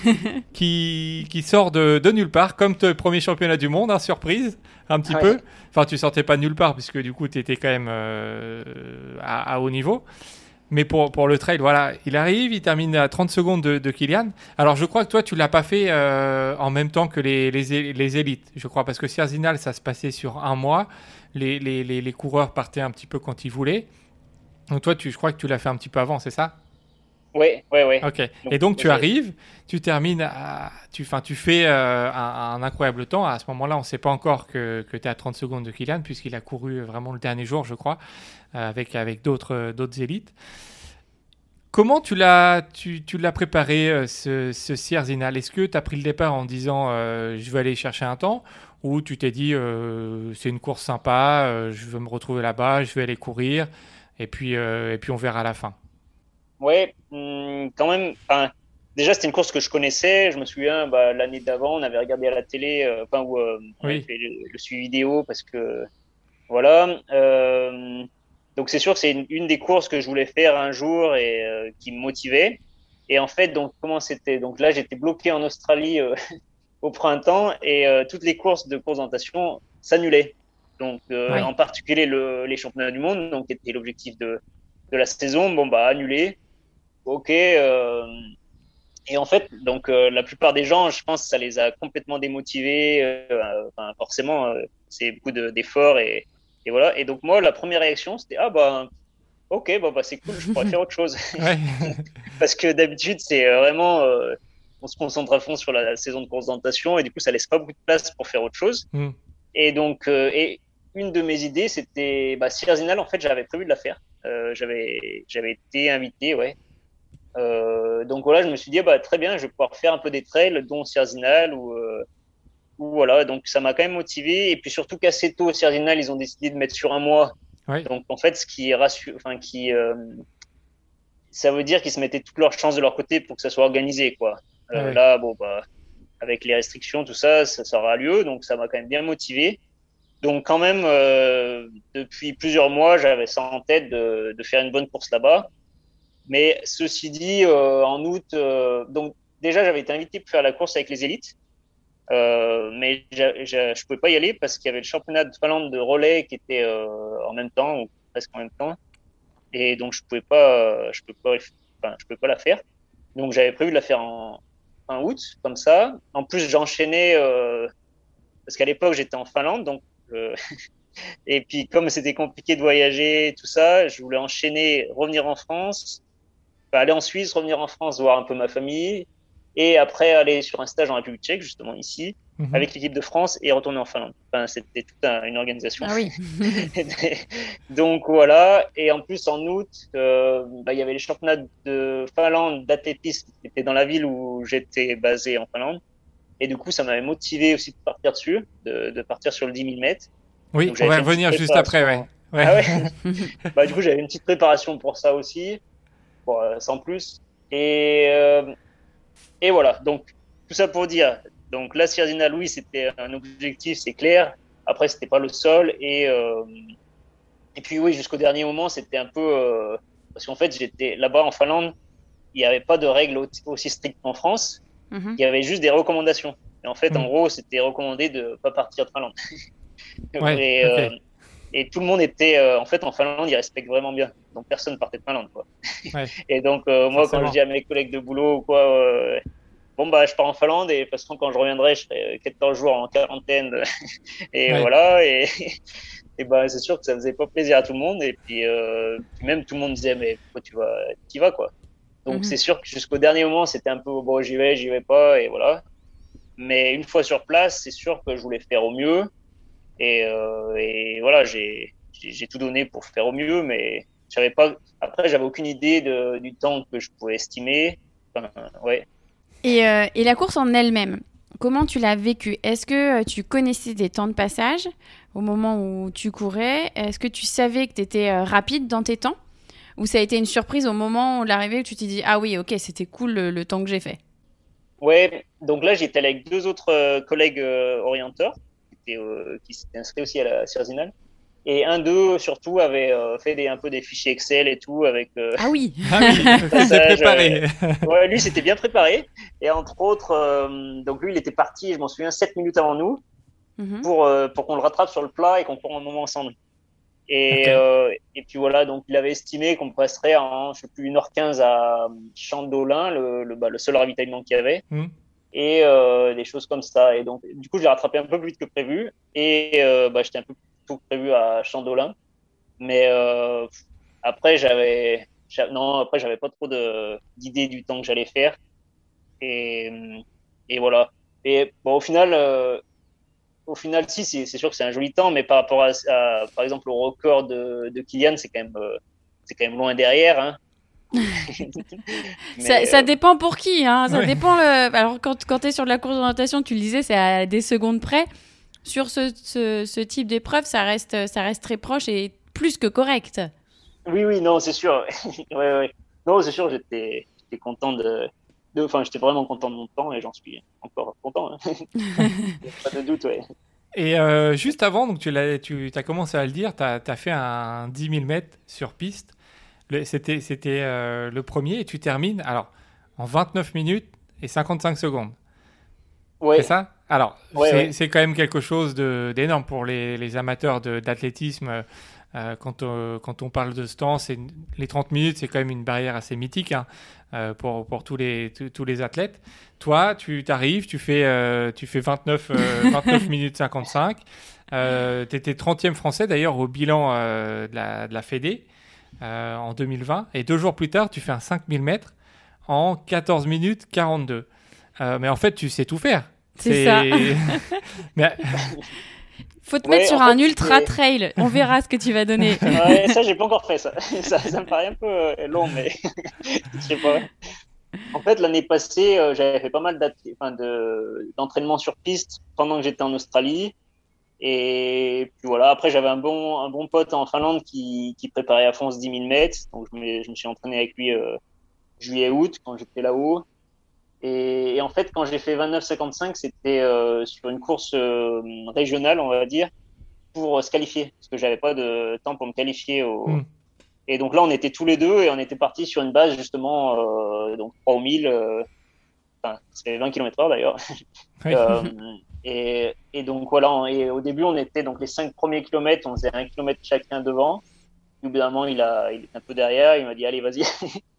qui, qui sort de, de nulle part, comme le premier championnat du monde, hein, surprise, un petit Ouais. peu. Enfin, tu sortais pas de nulle part, puisque du coup, tu étais quand même euh, à, à haut niveau. Mais pour, pour le trail, voilà, il arrive, il termine à trente secondes de, de Kilian. Alors, je crois que toi, tu l'as pas fait euh, en même temps que les, les, é- les élites, je crois, parce que Sierre-Zinal, ça se passait sur un mois. Les, les, les, les coureurs partaient un petit peu quand ils voulaient. Donc, toi, tu, je crois que tu l'as fait un petit peu avant, c'est ça? ouais, ouais, ouais. Ok. Donc, Et donc tu j'ai- arrives, tu termines, à, tu, fin, tu fais euh, un, un incroyable temps. À ce moment-là, on ne sait pas encore que, que tu es à trente secondes de Kilian, puisqu'il a couru vraiment le dernier jour, je crois, euh, avec, avec d'autres, euh, d'autres élites. Comment tu l'as, tu, tu l'as préparé, euh, ce, ce Sierre-Zinal? Est-ce que tu as pris le départ en disant euh, je vais aller chercher un temps, ou tu t'es dit euh, c'est une course sympa, euh, je veux me retrouver là-bas, je vais aller courir, et puis, euh, et puis on verra à la fin? Ouais, hum, quand même. Enfin, déjà, c'était une course que je connaissais. Je me souviens, bah, l'année d'avant, on avait regardé à la télé, euh, enfin, où euh, on Oui. avait fait le, le suivi vidéo parce que, voilà. Euh, donc, c'est sûr que c'est une, une des courses que je voulais faire un jour et euh, qui me motivait. Et en fait, donc, comment c'était? Donc là, j'étais bloqué en Australie euh, au printemps et euh, toutes les courses de course d'orientation s'annulaient. Donc, euh, Ouais. en particulier le, les championnats du monde, donc qui était l'objectif de, de la saison, bon, bah, annulé. Ok. Euh, et en fait, donc euh, la plupart des gens, je pense, que ça les a complètement démotivés. Euh, enfin, forcément, euh, c'est beaucoup de, d'efforts et, et voilà. Et donc moi, la première réaction, c'était ah bah ok, bon, bah, c'est cool, je pourrais faire autre chose. Ouais. Parce que d'habitude, c'est vraiment, euh, on se concentre à fond sur la, la saison de course d'orientation et du coup, ça laisse pas beaucoup de place pour faire autre chose. Mm. Et donc, euh, et une de mes idées, c'était, bah, Sierzinal, en fait, j'avais prévu de la faire. Euh, j'avais, j'avais été invité, ouais. Euh, donc voilà, je me suis dit, bah, très bien, je vais pouvoir faire un peu des trails, dont Sierzinal, ou, euh, ou voilà. Donc ça m'a quand même motivé. Et puis surtout qu'assez tôt, Sierzinal, ils ont décidé de mettre sur un mois. Ouais. Donc en fait, ce qui rassure, enfin, qui, euh, ça veut dire qu'ils se mettaient toutes leurs chances de leur côté pour que ça soit organisé, quoi. Euh, Ouais. Là, bon, bah, avec les restrictions, tout ça, ça, ça aura lieu. Donc ça m'a quand même bien motivé. Donc quand même, euh, depuis plusieurs mois, j'avais ça en tête de, de faire une bonne course là-bas. Mais ceci dit, euh, en août, euh, donc déjà j'avais été invité pour faire la course avec les élites, euh, mais j'a- j'a- je pouvais pas y aller parce qu'il y avait le championnat de Finlande de relais qui était euh, en même temps ou presque en même temps, et donc je pouvais pas, je peux pas, enfin, je pouvais pas la faire. Donc j'avais prévu de la faire en, en août, comme ça. En plus j'enchaînais euh, parce qu'à l'époque j'étais en Finlande, donc euh, et puis comme c'était compliqué de voyager, tout ça, je voulais enchaîner, revenir en France. Enfin, aller en Suisse, revenir en France, voir un peu ma famille, et après aller sur un stage en République tchèque, justement ici, Mhm. avec l'équipe de France, et retourner en Finlande. Enfin, c'était toute un, une organisation. Ah oui. Donc voilà, et en plus en août, euh, bah, il y avait les championnats de Finlande d'athlétisme qui étaient dans la ville où j'étais basé en Finlande, et du coup ça m'avait motivé aussi de partir dessus, de, de partir sur le dix mille mètres. Oui, Donc, on j'avais va fait une petite revenir juste après, ouais. préparation. Ouais. Ah ouais. Bah, du coup, j'avais une petite préparation pour ça aussi. Bon, euh, sans plus. Et, euh, et voilà, donc tout ça pour dire, donc la Sierzinal, oui, c'était un objectif, c'est clair. Après, c'était pas le seul. Et, euh, et puis oui, jusqu'au dernier moment, c'était un peu... Euh, parce qu'en fait, j'étais là-bas en Finlande, il n'y avait pas de règles aussi strictes qu'en France. Mhm. Il y avait juste des recommandations. Et en fait, Mm. en gros, c'était recommandé de ne pas partir de Finlande. Ouais, et, ok. euh, et tout le monde était... Euh, en fait, en Finlande, ils respectent vraiment bien. Donc, personne partait de Finlande, quoi. Ouais. Et donc, euh, moi, Forcément. quand je dis à mes collègues de boulot ou quoi, euh, bon, bah, je pars en Finlande et de toute façon, quand je reviendrai, je serai quatorze jours en quarantaine. Et Ouais. voilà. Et, et bah, c'est sûr que ça faisait pas plaisir à tout le monde. Et puis, euh, puis même tout le monde disait, mais pourquoi tu vas, tu vas, quoi. Donc, Mhm. c'est sûr que jusqu'au dernier moment, c'était un peu, bon, j'y vais, j'y vais pas, et voilà. Mais une fois sur place, c'est sûr que je voulais faire au mieux. Et, euh, et voilà, j'ai, j'ai, j'ai tout donné pour faire au mieux, mais j'avais pas, après, j'avais aucune idée de, du temps que je pouvais estimer. Enfin, ouais. Et, euh, et la course en elle-même, comment tu l'as vécue? Est-ce que euh, tu connaissais des temps de passage au moment où tu courais? Est-ce que tu savais que tu étais euh, rapide dans tes temps? Ou ça a été une surprise au moment où l'arrivée où tu t'es dit « Ah oui, ok, c'était cool le, le temps que j'ai fait ». Ouais, donc là, j'étais avec deux autres euh, collègues euh, orienteurs qui, étaient, euh, qui s'étaient inscrits aussi à la Sierzinal. Et un d'eux, surtout, avait euh, fait des, un peu des fichiers Excel et tout avec euh, Ah oui. Ah oui, c'était passage, préparé. ouais, lui, c'était bien préparé. Et entre autres, euh, donc lui, il était parti, je m'en souviens, sept minutes avant nous Mhm. pour, euh, pour qu'on le rattrape sur le plat et qu'on court un moment ensemble. Et, Ok. euh, et puis voilà, donc il avait estimé qu'on passerait en, je sais plus, une heure quinze à Chandolin, le, le, bah, le seul ravitaillement qu'il y avait, Mm. et euh, des choses comme ça. Et donc, du coup, je l'ai rattrapé un peu plus vite que prévu, et euh, bah, j'étais un peu plus tôt que prévu à Chandolin. Mais euh, après, j'avais, j'a- non, après, j'avais pas trop de, d'idées du temps que j'allais faire. Et, et voilà. Et bon, au final, euh, au final, si, c'est c'est sûr que c'est un joli temps, mais par rapport à, à- par exemple, au record de, de Kylian, c'est quand même, euh, c'est quand même loin derrière, hein. Ça, Mais, ça euh, dépend pour qui, hein. Ça Ouais. dépend. Le... Alors, quand, quand tu es sur de la course d'orientation, tu le disais, c'est à des secondes près. Sur ce, ce, ce type d'épreuve, ça reste, ça reste très proche et plus que correct. oui, oui, non, c'est sûr. Ouais, ouais. Non, c'est sûr, j'étais, j'étais content de, de, enfin, j'étais vraiment content de mon temps et j'en suis encore content, hein. Y a pas de doute, ouais. Et euh, juste avant, donc tu l'as, tu as commencé à le dire, tu as fait un dix mille mètres sur piste. Le- C'était c'était euh, le premier et tu termines alors en vingt-neuf minutes et cinquante-cinq secondes. C'est Ouais, ça? Alors, ouais, c'est ouais. c'est quand même quelque chose de- d'énorme pour les, les amateurs de- d'athlétisme. Euh, quand, on, quand on parle de ce temps, c'est une- les trente minutes, c'est quand même une barrière assez mythique, hein, euh, pour, pour tous, les, tous, tous les athlètes. Toi, tu t'arrives, tu fais, euh, tu fais vingt-neuf, euh, vingt-neuf minutes cinquante-cinq. Euh, tu étais trentième français d'ailleurs au bilan euh, de, la, de la Fédé. euh, en deux mille vingt. Et deux jours plus tard, tu fais un cinq mille mètres en quatorze minutes quarante-deux. Euh, mais en fait, tu sais tout faire. C'est, C'est ça. mais... Faut te Ouais, mettre sur en un fait, ultra c'est- trail. On verra ce que tu vas donner. Ouais, ça, j'ai pas encore fait ça. Ça, ça me paraît un peu euh, long, mais je sais pas. En fait, l'année passée, euh, j'avais fait pas mal d'athlé- enfin, de, d'entraînement sur piste pendant que j'étais en Australie. Et puis voilà, après, j'avais un bon, un bon pote en Finlande qui, qui préparait à fond ce dix mille mètres. Donc, je me, je me suis entraîné avec lui euh, juillet-août quand j'étais là-haut. Et, et en fait, quand j'ai fait vingt-neuf cinquante-cinq, c'était euh, sur une course euh, régionale, on va dire, pour euh, se qualifier. Parce que j'avais pas de temps pour me qualifier au, Hmm. Et donc là, on était tous les deux et on était partis sur une base justement euh, donc trois mille, euh, enfin c'est vingt kilomètres heure d'ailleurs. Oui. Euh, et, et donc voilà, on- et au début on était donc les cinq premiers kilomètres, on faisait un kilomètre chacun devant. Puis, au bout d'un moment, il a, il est un peu derrière, il m'a dit allez vas-y.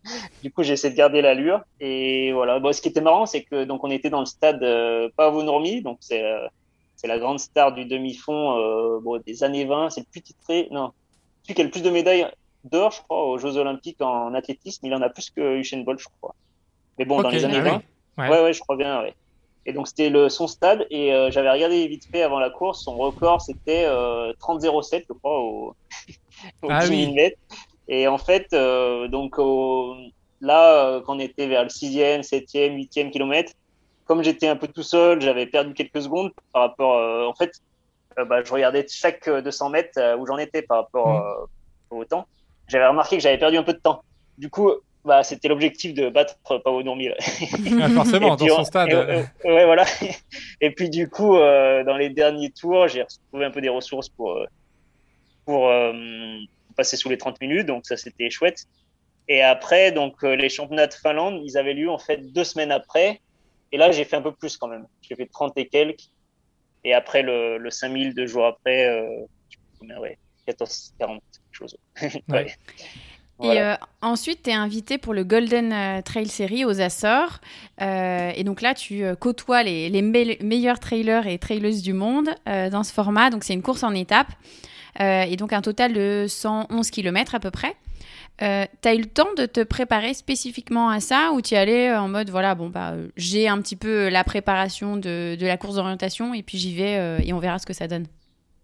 Du coup, j'ai essayé de garder l'allure et voilà. Bon, ce qui était marrant, c'est que donc on était dans le stade euh, Paavo Nurmi, donc c'est euh, c'est la grande star du demi-fond euh, bon, des années vingt. C'est le plus titré, non, celui qui a le plus de médailles d'or, je crois, aux Jeux Olympiques en athlétisme. Il en a plus que Usain Bolt, je crois. Mais bon, dans Ok, les années ah oui. vingt, Ouais. ouais, ouais, je crois bien, ouais. Et donc, c'était le, son stade. Et euh, j'avais regardé vite fait avant la course. Son record, c'était euh, trente zéro sept, je crois, au, au Ah dix oui. mille mètres. Et en fait, euh, donc, au, là, euh, quand on était vers le sixième, septième, huitième kilomètre, comme j'étais un peu tout seul, j'avais perdu quelques secondes par rapport. Euh, en fait, euh, bah, je regardais chaque deux cents mètres euh, où j'en étais par rapport Hmm. euh, au temps. J'avais remarqué que j'avais perdu un peu de temps. Du coup, bah, c'était l'objectif de battre Paavo Nurmi. Ah, forcément, Et puis, dans son on- stade. et- et- ouais, voilà. Et puis, du coup, euh, dans les derniers tours, j'ai retrouvé un peu des ressources pour, euh, pour euh, passer sous les trente minutes. Donc, ça, c'était chouette. Et après, donc, euh, les championnats de Finlande, ils avaient lieu, en fait, deux semaines après. Et là, j'ai fait un peu plus quand même. J'ai fait trente et quelques. Et après, le, le cinq mille, deux jours après, euh, je sais pas combien, ouais, quatorze quarante, quelque chose. Ouais. Ouais. Et Voilà. euh, ensuite, tu es invité pour le Golden euh, Trail Series aux Açores. Euh, et donc là, tu euh, côtoies les, les me- meilleurs trailers et traileuses du monde euh, dans ce format. Donc c'est une course en étapes. Euh, et donc un total de cent onze kilomètres à peu près. Euh, tu as eu le temps de te préparer spécifiquement à ça ou tu y allais en mode, voilà, bon, bah, euh, j'ai un petit peu la préparation de, de la course d'orientation et puis j'y vais euh, et on verra ce que ça donne.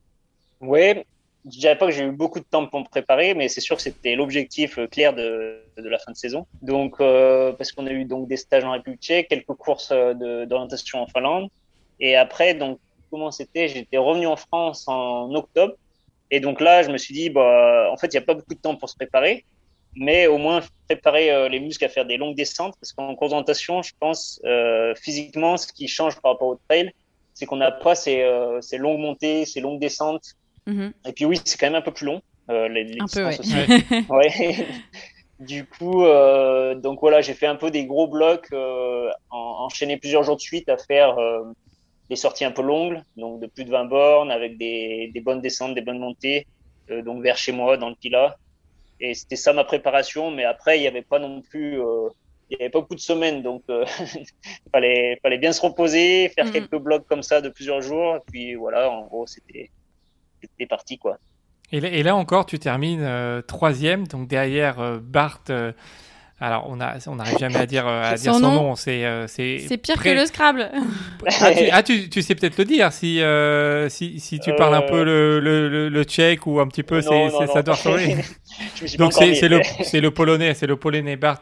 Ouais, je dirais pas que j'ai eu beaucoup de temps pour me préparer, mais c'est sûr que c'était l'objectif euh, clair de, de la fin de saison. Donc, euh, parce qu'on a eu donc des stages en République tchèque, quelques courses euh, de, d'orientation en Finlande. Et après, donc, comment c'était? J'étais revenu en France en octobre. Et donc là, je me suis dit, bah, en fait, il n'y a pas beaucoup de temps pour se préparer, mais au moins préparer euh, les muscles à faire des longues descentes, parce qu'en course d'orientation, je pense, euh, physiquement, ce qui change par rapport au trail, c'est qu'on n'a pas ces, euh, ces longues montées, ces longues descentes. Mhm. Et puis oui, c'est quand même un peu plus long, euh, les, les Un peu, distances ouais. aussi. Ouais. Du coup, euh, donc voilà, j'ai fait un peu des gros blocs, euh, en, enchaîné plusieurs jours de suite à faire euh, des sorties un peu longues, donc de plus de vingt bornes, avec des, des bonnes descentes, des bonnes montées, euh, donc vers chez moi, dans le Pilat. Et c'était ça ma préparation, mais après, il n'y avait pas non plus, euh, il y avait pas beaucoup de semaines, donc euh, fallait, fallait bien se reposer, faire Mhm. quelques blocs comme ça de plusieurs jours, et puis voilà, en gros, c'était, c'était parti, quoi. Et là, et là encore, tu termines euh, troisième, donc derrière euh, Bart. euh, alors, on a, on n'arrive jamais à dire, euh, à Son dire son nom, nom. C'est, euh, c'est, C'est pire près- que le Scrabble. Ah, tu, ah, tu, tu sais peut-être le dire si, euh, si, si tu parles un peu le, le, le, le tchèque ou un petit peu, c'est, Non, non, c'est, ça non. doit ressembler. Je me suis pas Donc encore c'est, mis. c'est, le, c'est le polonais, c'est le polonais Bart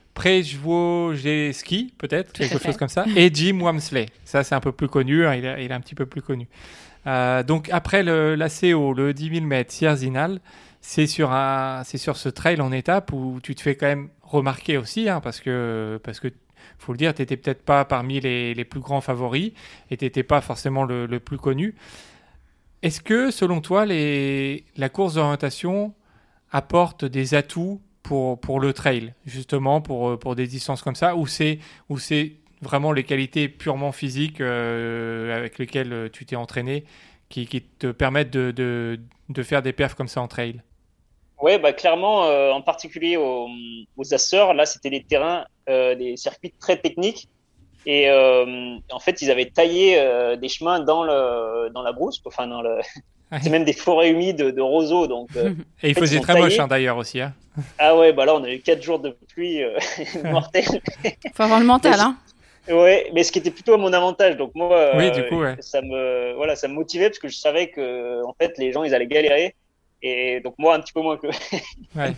Przewojewski, peut-être, Tout à quelque fait. chose comme ça, et Jim Wamsley. Ça, c'est un peu plus connu, hein, il, est, il est un petit peu plus connu. Euh, donc après le, la C O, le dix mille mètres, Sierzinal, c'est sur, un, c'est sur ce trail en étape où tu te fais quand même remarquer aussi, hein, parce que, parce que faut le dire, tu n'étais peut-être pas parmi les, les plus grands favoris et tu n'étais pas forcément le, le plus connu. Est-ce que, selon toi, les, la course d'orientation apporte des atouts pour, pour le trail, justement, pour, pour des distances comme ça, ou c'est, ou c'est vraiment les qualités purement physiques euh, avec lesquelles tu t'es entraîné qui, qui te permettent de, de, de faire des perfs comme ça en trail? Ouais, bah clairement, euh, en particulier aux, aux Açores, là, c'était des terrains, euh, des circuits très techniques. Et euh, en fait, ils avaient taillé euh, des chemins dans le dans la brousse, enfin dans le Ouais. c'est même des forêts humides de, de roseaux. Donc, euh, Et il en fait, faisait ils sont très taillés. moche hein, d'ailleurs aussi. Hein. Ah ouais, bah là, on a eu quatre jours de pluie euh, mortelle. Faut avoir le mental, hein. Ouais, mais ce qui était plutôt à mon avantage. Donc moi, Oui, du euh, coup, ouais. ça me, voilà, ça me motivait parce que je savais que, en fait, les gens, ils allaient galérer. Et donc moi, un petit peu moins que. Ouais.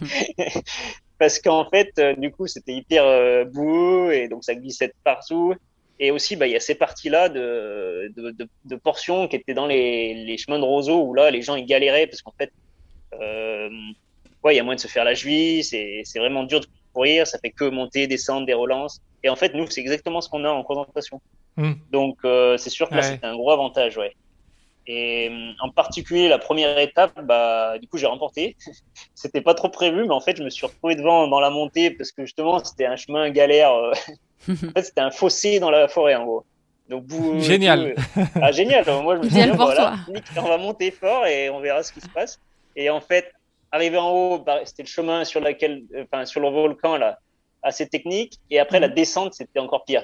Parce qu'en fait, euh, du coup, c'était hyper euh, boueux et donc ça glissait de partout. Et aussi, bah, il y a ces parties-là de, de, de, de portions qui étaient dans les, les chemins de roseaux où là, les gens, ils galéraient parce qu'en fait, euh, ouais, il y a moyen de se faire la cheville, c'est, c'est vraiment dur de courir, ça fait que monter, descendre, des relances. Et en fait, nous, c'est exactement ce qu'on a en concentration. Mm. Donc, euh, c'est sûr que là, Ouais. c'était un gros avantage, ouais. Et euh, en particulier, la première étape, bah, du coup, j'ai remporté. C'était pas trop prévu, mais en fait, je me suis retrouvé devant dans la montée parce que justement, c'était un chemin galère. euh, En fait, c'était un fossé dans la forêt, en gros. Donc, boue et tout. Génial. Ah, génial. Moi, je me suis dit, Idéal ah, pour voilà, toi. nickel, on va monter fort et on verra ce qui se passe. Et en fait, arrivé en haut, bah, c'était le chemin sur laquelle, enfin, sur le volcan, là, assez technique. Et après, la descente, c'était encore pire.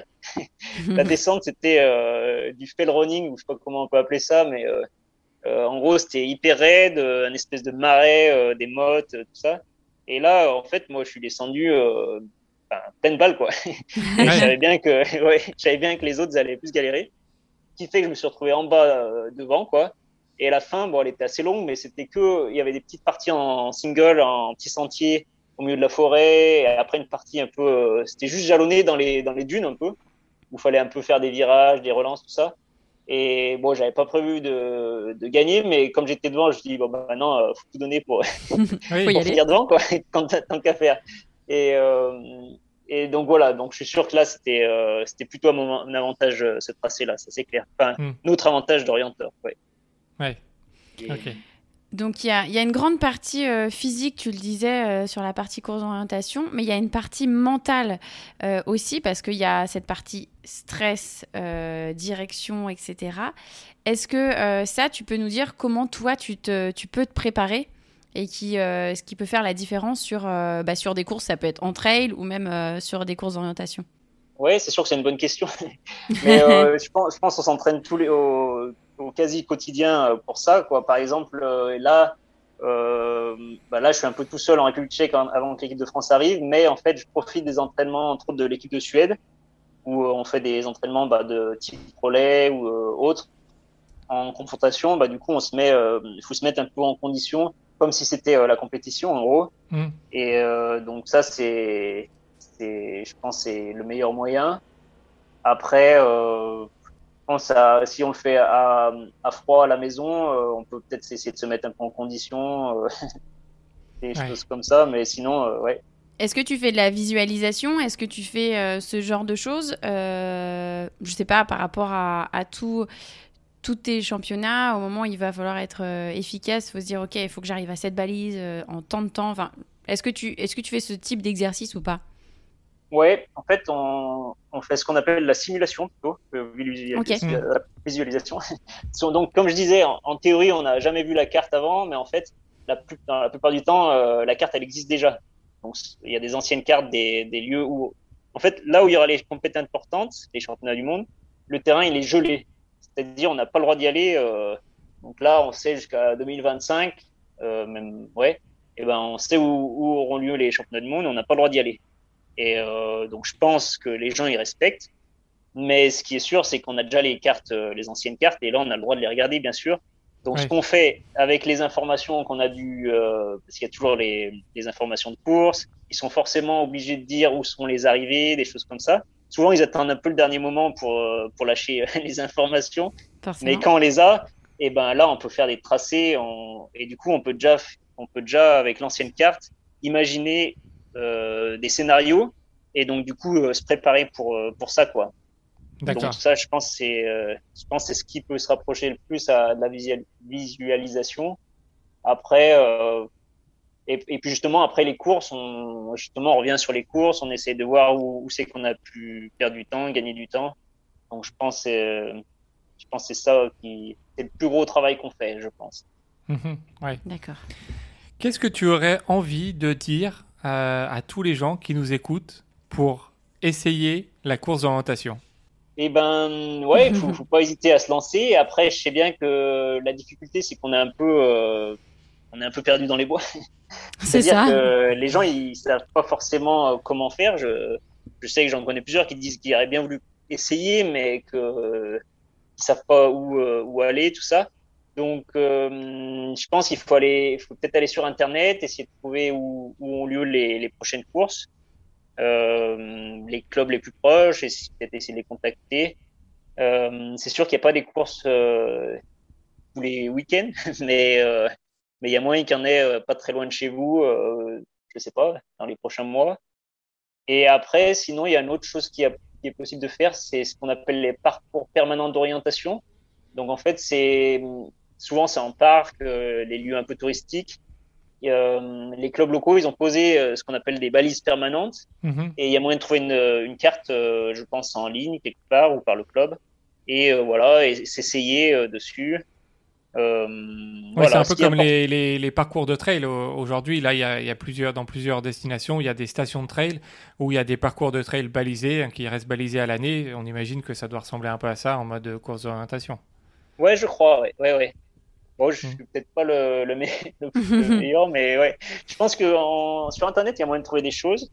La descente, c'était euh, du fell running, ou je sais pas comment on peut appeler ça, mais euh, euh, en gros, c'était hyper raide, euh, une espèce de marais, euh, des mottes, euh, tout ça. Et là, en fait, moi, je suis descendu euh, enfin, pleine balle, quoi. Et je Ouais. savais bien que, ouais, je savais bien que les autres allaient plus galérer. Ce qui fait que je me suis retrouvé en bas euh, devant, quoi. Et à la fin, bon, elle était assez longue, mais c'était que, il y avait des petites parties en single, en petits sentiers au milieu de la forêt. Et après, une partie un peu, euh, c'était juste jalonné dans les, dans les dunes un peu, où il fallait un peu faire des virages, des relances, tout ça. Et bon, j'avais pas prévu de, de gagner, mais comme j'étais devant, je me dis bon bah maintenant, euh, faut tout donner pour, Oui. Faut y pour aller. finir devant, quoi, tant, tant qu'à faire. Et, euh, et donc voilà, donc je suis sûr que là, c'était euh, c'était plutôt à mon, mon avantage euh, ce tracé-là, ça c'est clair. Enfin, Mm. notre avantage d'orienteur, ouais. Ouais. Et- Ok. Donc il y a, il y a une grande partie euh, physique, tu le disais, euh, sur la partie course d'orientation, mais il y a une partie mentale euh, aussi, parce qu'il y a cette partie stress, euh, direction, et cetera. Est-ce que euh, ça, tu peux nous dire comment toi, tu, te, tu peux te préparer et qui, euh, ce qui peut faire la différence sur, euh, bah, sur des courses, ça peut être en trail ou même euh, sur des courses d'orientation? Ouais, c'est sûr que c'est une bonne question. Mais euh, je pense, je pense qu'on s'entraîne tous les au, au quasi quotidien euh, pour ça, quoi. Par exemple, euh, là, euh, bah là, je suis un peu tout seul en République Tchèque hein, avant que l'équipe de France arrive, mais en fait, je profite des entraînements entre autres de l'équipe de Suède où euh, on fait des entraînements bah, de type relais ou euh, autres en confrontation. Bah du coup, on se met, euh, il faut se mettre un peu en condition, comme si c'était euh, la compétition en gros. Mm. Et euh, donc ça, c'est, c'est, je pense, c'est le meilleur moyen. Après, euh, je pense à, si on le fait à, à froid à la maison, euh, on peut peut-être essayer de se mettre un peu en condition, euh, des Ouais. choses comme ça. Mais sinon, euh, ouais. Est-ce que tu fais de la visualisation? Est-ce que tu fais euh, ce genre de choses? euh, Je sais pas, par rapport à, à tout, tous tes championnats, au moment où il va falloir être euh, efficace, il faut se dire, OK, il faut que j'arrive à cette balise euh, en tant de temps. Enfin, est-ce que tu, est-ce que tu fais ce type d'exercice ou pas? Ouais, en fait, on, on fait ce qu'on appelle la simulation plutôt que visualis- Ok. la visualisation. Donc, comme je disais, en, en théorie, on n'a jamais vu la carte avant, mais en fait, la, plus, dans la plupart du temps, euh, la carte, elle existe déjà. Donc, il y a des anciennes cartes des, des lieux où, en fait, là où il y aura les compétitions importantes, les championnats du monde, le terrain, il est gelé. C'est-à-dire, on n'a pas le droit d'y aller. Euh, donc là, on sait jusqu'à deux mille vingt-cinq, euh, même, ouais, et ben, on sait où, où auront lieu les championnats du monde, on n'a pas le droit d'y aller. Et euh, donc, je pense que les gens y respectent. Mais ce qui est sûr, c'est qu'on a déjà les cartes, euh, les anciennes cartes, et là, on a le droit de les regarder, bien sûr. Donc, Ouais. ce qu'on fait avec les informations qu'on a dû, euh, parce qu'il y a toujours les, les informations de course, ils sont forcément obligés de dire où sont les arrivées, des choses comme ça. Souvent, ils attendent un peu le dernier moment pour euh, pour lâcher les informations. Forcément. Mais quand on les a, et ben là, on peut faire des tracés, on... et du coup, on peut déjà, on peut déjà avec l'ancienne carte, imaginer euh, des scénarios et donc du coup euh, se préparer pour euh, pour ça, quoi. D'accord. Donc ça, je pense, c'est, euh, je pense, c'est ce qui peut se rapprocher le plus à de la visual- visualisation. Après, euh, et, et puis justement après les courses, on justement on revient sur les courses, on essaie de voir où, où c'est qu'on a pu perdre du temps, gagner du temps. Donc je pense, euh, je pense que c'est ça qui, c'est le plus gros travail qu'on fait, je pense. Mhm. Ouais. D'accord. Qu'est-ce que tu aurais envie de dire euh, à tous les gens qui nous écoutent pour essayer la course d'orientation? Et ben, ouais, il faut, faut pas hésiter à se lancer. Après, je sais bien que la difficulté, c'est qu'on est un peu, euh, on est un peu perdu dans les bois. C'est C'est-à-dire ça. que les gens, ils savent pas forcément euh, comment faire. Je, je sais que j'en connais plusieurs qui disent qu'ils auraient bien voulu essayer, mais que euh, ils savent pas où, euh, où aller, tout ça. Donc, euh, je pense qu'il faut aller, il faut peut-être aller sur Internet, essayer de trouver où, où ont lieu les, les prochaines courses, euh, les clubs les plus proches, et peut-être essayer de les contacter. Euh, c'est sûr qu'il n'y a pas des courses euh, tous les week-ends, mais euh, mais il y a moyen qu'il y en ait euh, pas très loin de chez vous, euh, je sais pas, dans les prochains mois. Et après, sinon, il y a une autre chose qui, a, qui est possible de faire, c'est ce qu'on appelle les parcours permanents d'orientation. Donc en fait, c'est souvent c'est en parc, euh, les lieux un peu touristiques. Et, euh, les clubs locaux, ils ont posé euh, ce qu'on appelle des balises permanentes. Mhm. Et il y a moyen de trouver une, une carte, euh, je pense, en ligne quelque part ou par le club. Et euh, voilà, et s'essayer euh, dessus. Euh, Ouais, c'est voilà, un ce peu qui est comme important. les, les, les parcours de trail. Au- Aujourd'hui, là, il y a, il y a plusieurs, dans plusieurs destinations, il y a des stations de trail où il y a des parcours de trail balisés, hein, qui restent balisés à l'année. On imagine que ça doit ressembler un peu à ça en mode course d'orientation. Ouais, je crois, ouais, ouais, ouais. Bon, je Mm. suis peut-être pas le, le, me- le, le meilleur, mais ouais. Je pense que en, sur Internet, il y a moyen de trouver des choses.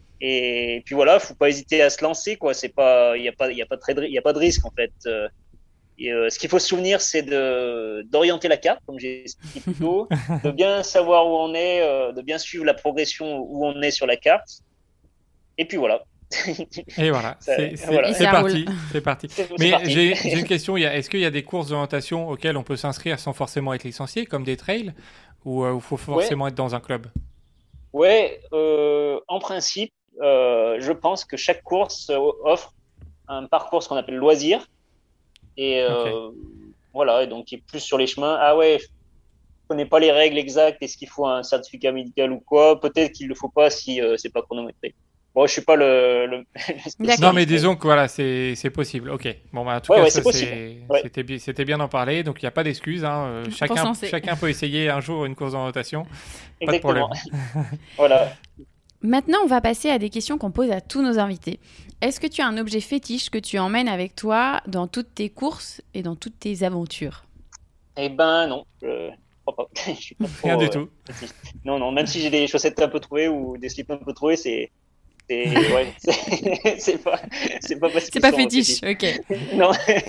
Et puis voilà, faut pas hésiter à se lancer, quoi. C'est pas, il y a pas, il y a pas de, très de- il y a pas de risque en fait. Euh, et, euh, ce qu'il faut se souvenir, c'est de d'orienter la carte, comme j'ai expliqué plus tôt, de bien savoir où on est, euh, de bien suivre la progression où on est sur la carte. Et puis voilà. Et voilà, Ça, c'est c'est- Et voilà, c'est ça roule. parti, c'est parti. c'est c'est Mais parti. j'ai j'ai une question, il y a- est-ce qu'il y a des courses d'orientation auxquelles on peut s'inscrire sans forcément être licencié, comme des trails, ou il faut Ouais, forcément être dans un club? ouais. Euh, en principe, euh, je pense que chaque course euh, offre un parcours ce qu'on appelle loisir. Et Ok. euh, voilà, et donc qui est plus sur les chemins. Ah ouais, je connais pas les règles exactes. Est-ce qu'il faut un certificat médical ou quoi? Peut-être qu'il le faut pas si euh, c'est pas chronométré. Bon, je suis pas le, le, le Non, D'accord. mais spécialiste, mais disons que voilà, c'est c'est possible. Ok. Bon, bah, en tout ouais, cas, ouais, c'est ça possible. c'est Ouais, c'était bi- c'était bien d'en parler. Donc il n'y a pas d'excuse, hein. Euh, Pour se chacun lancer. chacun peut essayer un jour une course d'orientation. Pas de exactement. problème. Voilà. Maintenant, on va passer à des questions qu'on pose à tous nos invités. Est-ce que tu as un objet fétiche que tu emmènes avec toi dans toutes tes courses et dans toutes tes aventures? Eh ben non, je crois pas. Je suis pas Rien trop. du Euh, tout. petit. Non, non. Même si j'ai des chaussettes un peu trouées ou des slips un peu troués, c'est, c'est, ouais, c'est, c'est pas, c'est pas parce C'est qu'ils pas sont fétiche, fétiches. ok. Non.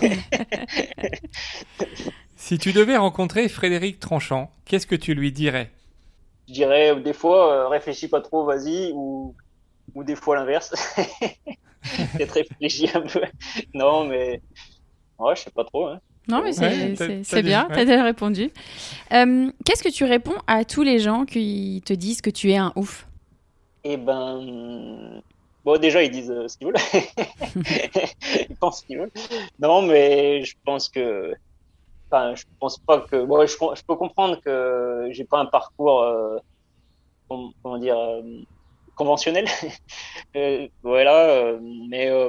Si tu devais rencontrer Frédéric Tranchant, qu'est-ce que tu lui dirais? Je dirais euh, des fois, euh, réfléchis pas trop, vas-y, ou, ou des fois l'inverse. Peut-être réfléchir un peu. Non, mais ouais, je sais pas trop. Hein. Non, mais Ouais, c'est t'as- c'est- t'as c'est dit- bien, ouais. t'as déjà répondu. Euh, Qu'est-ce que tu réponds à tous les gens qui te disent que tu es un ouf? Eh ben, bon, déjà, ils disent euh, ce qu'ils veulent. Ils pensent ce qu'ils veulent. Non, mais je pense que, enfin, je pense pas que, bon, je, je peux comprendre que j'ai pas un parcours, euh, com- comment dire, euh, conventionnel. Euh, voilà, euh, mais, euh,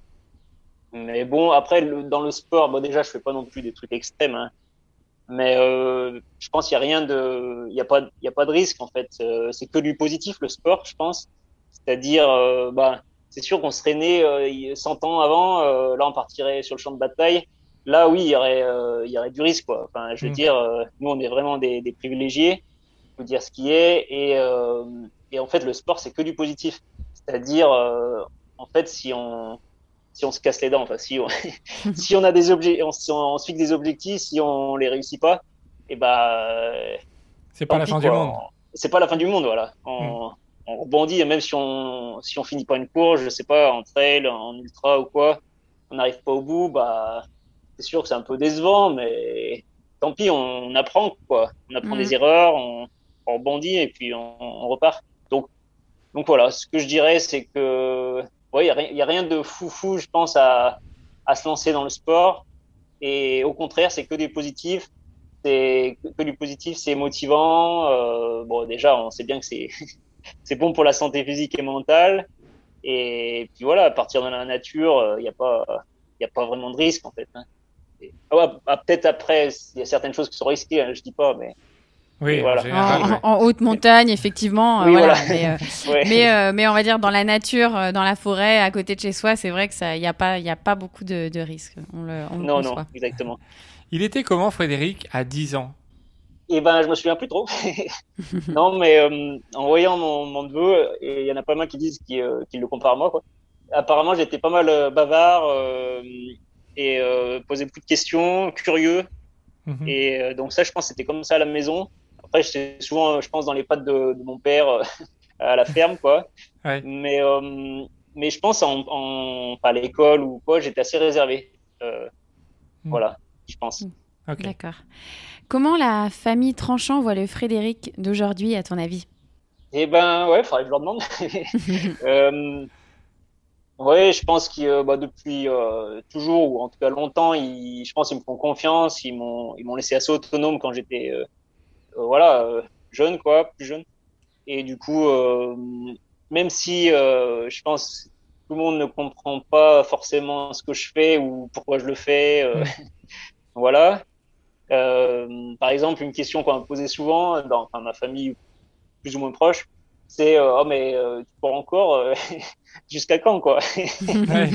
mais bon, après, le- dans le sport, bon, déjà, je fais pas non plus des trucs extrêmes, hein. Mais euh, je pense qu'il y a rien de, il y a pas, il y a pas de risque en fait. Euh, c'est que du positif le sport, je pense. C'est-à-dire, euh, bah, c'est sûr qu'on serait né euh, il- cent ans avant, euh, là on partirait sur le champ de bataille. Là, oui, il y aurait, euh, il y aurait du risque quoi. Enfin, je veux Hmm. dire, euh, nous on est vraiment des, des privilégiés, faut dire ce qui est. Et, euh, et en fait, le sport c'est que du positif. C'est-à-dire, euh, en fait, si on si on se casse les dents, enfin si on, si on a des objets, on, si on, on se fixe des objectifs, si on les réussit pas, et bah euh, C'est pas tant la pis fin du quoi. monde. On- C'est pas la fin du monde, voilà. Hmm. On, on rebondit, et même si on si on finit pas une course, je sais pas, en trail, en ultra ou quoi, on n'arrive pas au bout, bah c'est sûr que c'est un peu décevant, mais tant pis, on, on apprend quoi. On apprend Mm. des erreurs, on, on rebondit et puis on, on repart. Donc donc voilà, ce que je dirais, c'est que ouais, il y a, ri- y a rien de foufou, je pense, à, à se lancer dans le sport. Et au contraire, c'est que du positif. C'est que du positif, c'est motivant. Euh, bon, déjà, on sait bien que c'est c'est bon pour la santé physique et mentale. Et puis voilà, à partir de la nature, il n'y a pas il y a pas vraiment de risque en fait. Hein. Et- ah ouais, ah, peut-être après, il y a certaines choses qui sont risquées, hein, je dis pas, mais Oui, voilà. en général, En, ouais. en haute montagne, effectivement. Oui, euh, voilà. voilà. Mais, euh, Ouais. mais, euh, mais on va dire dans la nature, euh, dans la forêt, à côté de chez soi, c'est vrai que ça, il n'y a pas, il y a pas beaucoup de, de risques. On le, on le Non, non, conçoit. exactement. Il était comment, Frédéric, à dix ans? Et ben, je me souviens plus trop. Non, mais euh, en voyant mon, mon neveu, et il y en a pas mal qui disent qu'ils euh, qu'ils le comparent à moi, quoi. Apparemment, j'étais pas mal euh, bavard euh, et euh, posais beaucoup de questions, curieux. Mhm. Et euh, donc ça, je pense, que c'était comme ça à la maison. Après, j'étais souvent, euh, je pense, dans les pattes de, de mon père euh, à la ferme, quoi. Ouais. Mais, euh, mais je pense, en, en, pas à l'école ou quoi, j'étais assez réservé. Euh, Mm. Voilà, je pense. Ok. D'accord. Comment la famille Tranchant voit le Frédéric d'aujourd'hui, à ton avis? Et ben, ouais, faudrait que je leur demande. euh, ouais, je pense que euh, bah, depuis euh, toujours, ou en tout cas longtemps, ils, je pense qu'ils me font confiance. Ils m'ont, ils m'ont laissé assez autonome quand j'étais, euh, euh, voilà, euh, jeune, quoi, plus jeune. Et du coup, euh, même si euh, je pense que tout le monde ne comprend pas forcément ce que je fais ou pourquoi je le fais, euh, Mm. voilà. Euh, par exemple, une question qu'on m'a posée souvent dans enfin, ma famille plus ou moins proche, c'est euh, oh mais euh, tu cours encore euh, jusqu'à quand quoi? Ouais.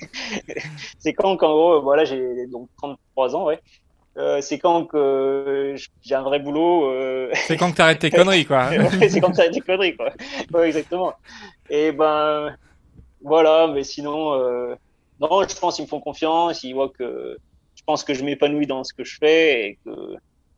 C'est quand qu'en gros, euh, voilà, j'ai donc trente-trois ans, ouais. Euh, c'est quand que euh, j'ai un vrai boulot. Euh... C'est quand que t'arrêtes tes conneries, quoi. ouais, c'est quand ça a des conneries, quoi. Ouais, exactement. Et ben voilà, mais sinon, euh... non, je pense qu'ils me font confiance, ils voient que je pense que je m'épanouis dans ce que je fais et que,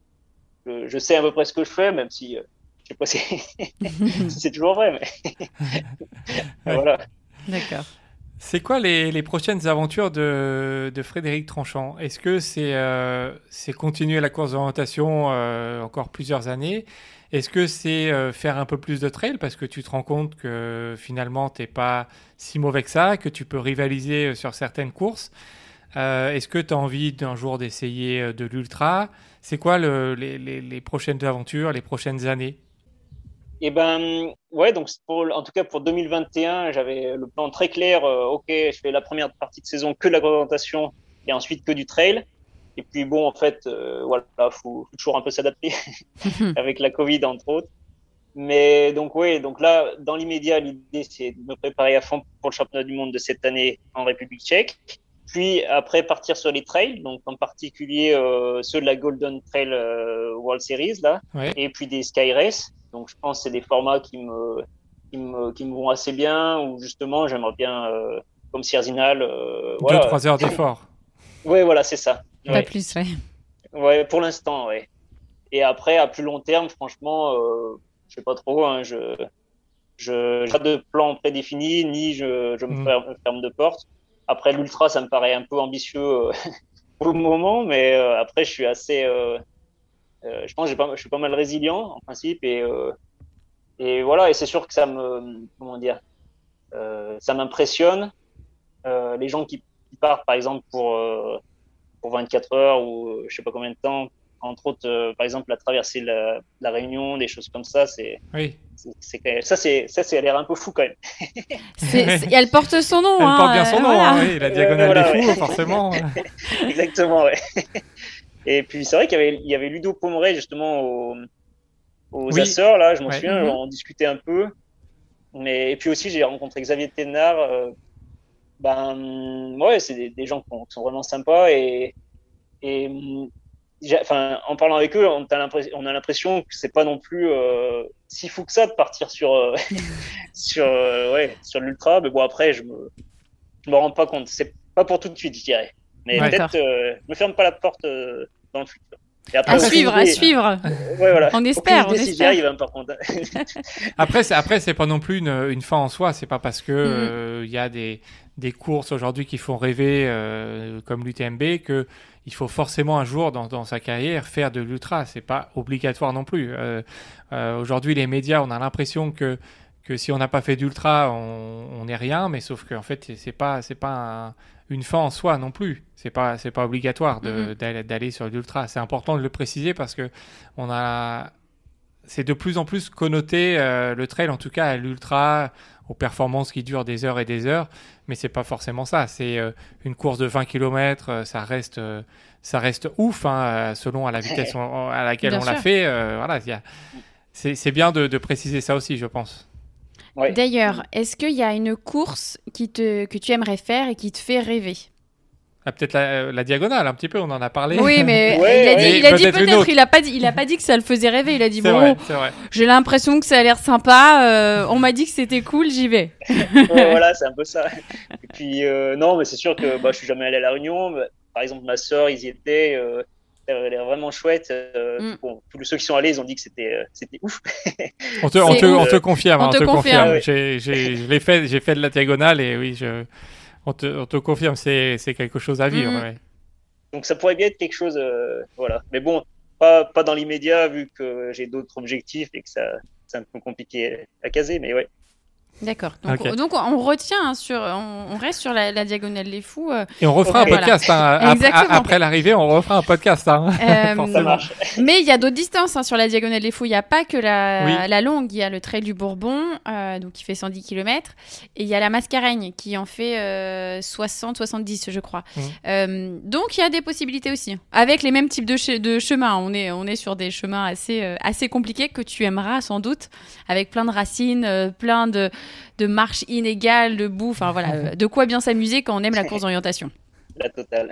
que je sais à peu près ce que je fais, même si euh, je sais pas si, si c'est toujours vrai, mais Ouais. voilà. D'accord. C'est quoi les, les prochaines aventures de, de Frédéric Tranchant? Est-ce que c'est euh, c'est continuer la course d'orientation euh, encore plusieurs années? Est-ce que c'est euh, faire un peu plus de trail parce que tu te rends compte que finalement t'es pas si mauvais que ça, que tu peux rivaliser euh, sur certaines courses? Euh, est-ce que tu as envie d'un jour d'essayer euh, de l'ultra? C'est quoi le- les, les- les prochaines aventures, les prochaines années? Et ben ouais, donc pour, en tout cas pour deux mille vingt et un, j'avais le plan très clair. Euh, ok, je fais la première partie de saison que de la présentation et ensuite que du trail. Et puis bon, en fait, euh, voilà, faut, faut toujours un peu s'adapter avec la Covid entre autres. Mais donc ouais, donc là, dans l'immédiat, l'idée c'est de me préparer à fond pour le championnat du monde de cette année en République tchèque. Puis après partir sur les trails, donc en particulier euh, ceux de la Golden Trail euh, World Series là, Ouais. et puis des Sky Race. Donc je pense que c'est des formats qui me, qui me qui me vont assez bien. Ou justement j'aimerais bien euh, comme Sierzinal, euh, Deux, voilà. trois heures d'effort. Ouais, voilà, c'est ça. Pas Ouais, plus, ouais. ouais, pour l'instant, ouais. Et après à plus long terme, franchement, euh, je sais pas trop. Hein, je je j'ai pas de plan prédéfini ni je je me Mm. ferme, ferme de porte. Après l'ultra, ça me paraît un peu ambitieux euh, pour le moment, mais euh, après je suis assez, euh, euh, je pense que j'ai pas, je suis pas mal résilient en principe et euh, et voilà et c'est sûr que ça me comment dire, euh, ça m'impressionne euh, les gens qui, qui partent par exemple pour euh, pour vingt-quatre heures ou euh, je sais pas combien de temps, entre autres euh, par exemple la traversée de la, de la Réunion, des choses comme ça, c'est Oui. c'est, c'est quand même- ça c'est ça c'est a l'air un peu fou quand même. C'est, c'est- elle porte son nom. Elle hein, porte bien son euh, nom, voilà. hein, oui, la diagonale Voilà, des fous, ouais. forcément. Exactement, ouais. Et puis c'est vrai qu'il y avait, il y avait Ludo Pomeray justement aux, aux Oui. Açores, là, je m'en Ouais. souviens, Mhm. on discutait un peu. Mais, et puis aussi, j'ai rencontré Xavier Thénard. Euh, ben, ouais, c'est des, des gens qui, ont- qui sont vraiment sympas. Et, et j'ai- enfin, en parlant avec eux, on a l'impression, on a l'impression que c'est pas non plus euh, si fou que ça de partir sur, euh, sur, euh, ouais, sur l'ultra. Mais bon, après, je me, je me rends pas compte. C'est pas pour tout de suite, je dirais. Mais Ouais. peut-être, euh, je me ferme pas la porte euh, dans le futur. Et après, À Après, aucune suivre, à idée. suivre. Ouais, voilà. On Aucune espère, idée on si j'y espère. arrive, hein, par contre. Après, c'est, après, c'est pas non plus une, une fin en soi. C'est pas parce que Mhm. euh, il y a des, des courses aujourd'hui qui font rêver, euh, comme l'U T M B, que il faut forcément un jour dans, dans sa carrière faire de l'ultra. C'est pas obligatoire non plus. Euh, euh, aujourd'hui, les médias, on a l'impression que que si on n'a pas fait d'ultra, on on n'est rien. Mais sauf qu'en fait, c'est- c'est pas c'est pas un- une fin en soi non plus. C'est pas c'est pas obligatoire de, Mhm. d'aller, d'aller sur l'ultra. C'est important de le préciser parce que on a c'est de plus en plus connoté, euh, le trail en tout cas à l'ultra, aux performances qui durent des heures et des heures, mais c'est pas forcément ça. C'est euh, une course de vingt kilomètres, euh, ça reste, euh, ça reste ouf, hein, selon à la vitesse on- à laquelle Bien on l'a sûr. fait. euh, voilà, il y a- c'est, c'est bien de, de préciser ça aussi, je pense. Ouais. D'ailleurs, est-ce qu'il y a une course qui te, que tu aimerais faire et qui te fait rêver? Ah, peut-être la, la diagonale, un petit peu, on en a parlé. Oui, mais Ouais, il a dit, ouais. il a dit Peut-être une peut-être, autre. il a pas dit, il a pas dit que ça le faisait rêver. Il a dit c'est bon, vrai, c'est vrai. j'ai l'impression que ça a l'air sympa. euh, on m'a dit que c'était cool, j'y vais. Ouais, voilà, c'est un peu ça. Et puis, euh, non, mais c'est sûr que bah, je suis jamais allé à La Réunion. Mais, par exemple, ma sœur, ils y étaient. Euh, ça avait l'air vraiment chouette. Euh, Mm. bon, tous ceux qui sont allés, ils ont dit que c'était, euh, c'était ouf. On te, on C'est te, ouf. on te confirme, On hein, te on te confirme. confirme. J'ai, j'ai, je l'ai fait, j'ai fait de la diagonale et oui, je, on te, on te confirme, c'est, c'est quelque chose à vivre. Mhm. ouais. Donc, ça pourrait bien être quelque chose. Euh, voilà. Mais bon, pas, pas dans l'immédiat, vu que j'ai d'autres objectifs et que ça, c'est un peu compliqué à caser. Mais ouais. D'accord. Donc, Ok. donc on retient hein, sur, on, on reste sur la, la diagonale des fous. euh, Et on refera Ouais, un podcast. hein. Après, Exactement. après l'arrivée, on refera un podcast. hein. euh, Forcément. Ça marche. Mais il y a d'autres distances hein, sur la diagonale des fous. Il n'y a pas que la, Oui. la longue. Il y a le trail du Bourbon, euh, donc qui fait cent dix kilomètres. Et il y a la Mascareigne qui en fait euh, soixante, soixante-dix, je crois. Mhm. Euh, donc il y a des possibilités aussi. Avec les mêmes types de, che- de chemins. On est, on est sur des chemins assez, euh, assez compliqués que tu aimeras sans doute. Avec plein de racines, euh, plein de, de marches inégales, de boue. Enfin voilà, euh, de quoi bien s'amuser quand on aime la course d'orientation. La totale.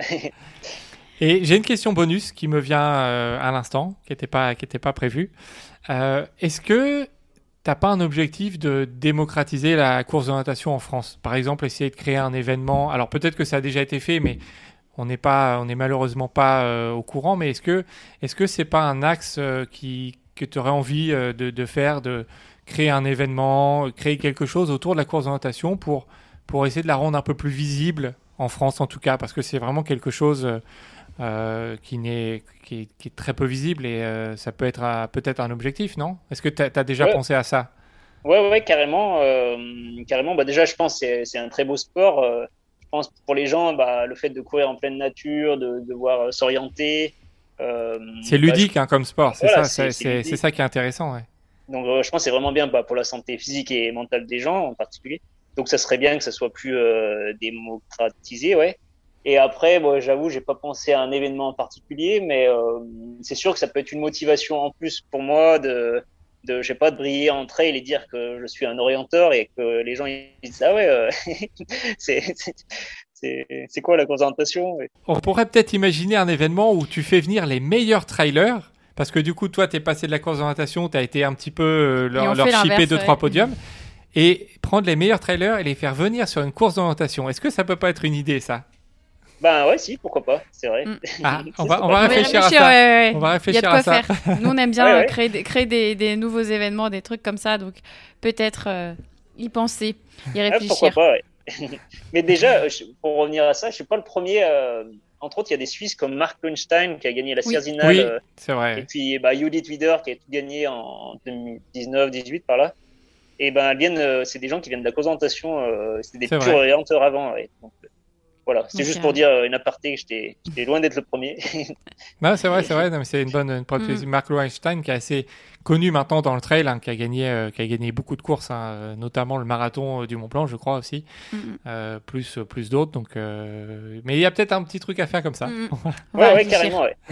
Et j'ai une question bonus qui me vient euh, à l'instant, qui n'était pas, qui était pas prévue. Euh, est-ce que t'as pas un objectif de démocratiser la course d'orientation en France? Par exemple, essayer de créer un événement. Alors peut-être que ça a déjà été fait, mais on n'est pas, on n'est malheureusement pas euh, au courant. Mais est-ce que, est-ce que c'est pas un axe euh, qui, que tu aurais envie euh, de, de faire, de créer un événement, créer quelque chose autour de la course d'orientation pour, pour essayer de la rendre un peu plus visible en France en tout cas, parce que c'est vraiment quelque chose euh, euh, qui, n'est, qui, est, qui est très peu visible et euh, ça peut être euh, peut-être un objectif, non? Est-ce que tu as déjà Ouais. pensé à ça? Ouais, ouais, carrément. Euh, carrément. Bah, déjà, je pense que c'est, c'est un très beau sport. Euh, je pense pour les gens, bah, le fait de courir en pleine nature, de devoir euh, s'orienter. Euh, C'est bah, ludique hein, comme sport, c'est, Voilà, ça, c'est- c'est, c'est c'est, ludique. c'est ça qui est intéressant. Ouais. je- donc, euh, je pense que c'est vraiment bien bah, pour la santé physique et mentale des gens en particulier. Donc, ça serait bien que ça soit plus euh, démocratisé, ouais. Et après, moi, j'avoue, j'ai pas pensé à un événement en particulier, mais euh, c'est sûr que ça peut être une motivation en plus pour moi de, de, je sais pas, de briller en trail et dire que je suis un orienteur et que les gens ils disent ah ouais, euh, c'est, c'est, c'est, c'est quoi la concentration? Ouais. On pourrait peut-être imaginer un événement où tu fais venir les meilleurs trailers, parce que du coup, toi, tu es passé de la course d'orientation, tu as été un petit peu euh, Et leur, on leur fait chipper l'inverse, deux, ouais. trois podiums, et prendre les meilleurs trailers et les faire venir sur une course d'orientation. Est-ce que ça peut pas être une idée, ça? Ben ouais, si, pourquoi pas, c'est vrai. Mm. Ah, on C'est va, ça, on pas va On va y réfléchir à réfléchir, ça. ouais, ouais, ouais. On va Il y a réfléchir de quoi à ça. faire. Nous, on aime bien Ouais, euh, ouais. créer, des, créer des, des nouveaux événements, des trucs comme ça. Donc, peut-être euh, y penser, y Ah, réfléchir. pourquoi pas, ouais. Mais déjà, je- pour revenir à ça, je suis pas le premier. euh, entre autres, il y a des Suisses comme Mark Lundstein qui a gagné la Oui. Cerzinal, Oui, euh, c'est vrai. et puis bah, Judith Wider qui a tout gagné en deux mille dix-neuf dix-huit par là. Et ben, elles viennent, euh, c'est des gens qui viennent de la présentation, euh, c'est des C'est purs vrai. orienteurs avant. Ouais. Donc, euh, voilà, c'est Donc, juste euh, pour dire euh, une aparté que j'étais, j'étais loin d'être le premier. Non, c'est vrai, c'est vrai. Non, mais c'est une bonne, une bonne Mm. Mark Weinstein qui est assez connu maintenant dans le trail, hein, qui a gagné, euh, qui a gagné beaucoup de courses, hein, euh, notamment le marathon euh, du Mont Blanc, je crois aussi, Mm, mm. euh, plus, euh, plus d'autres. Donc, euh, mais il y a peut-être un petit truc à faire comme ça. Mm, mm. On va ouais, ouais, réfléchir. carrément, ouais.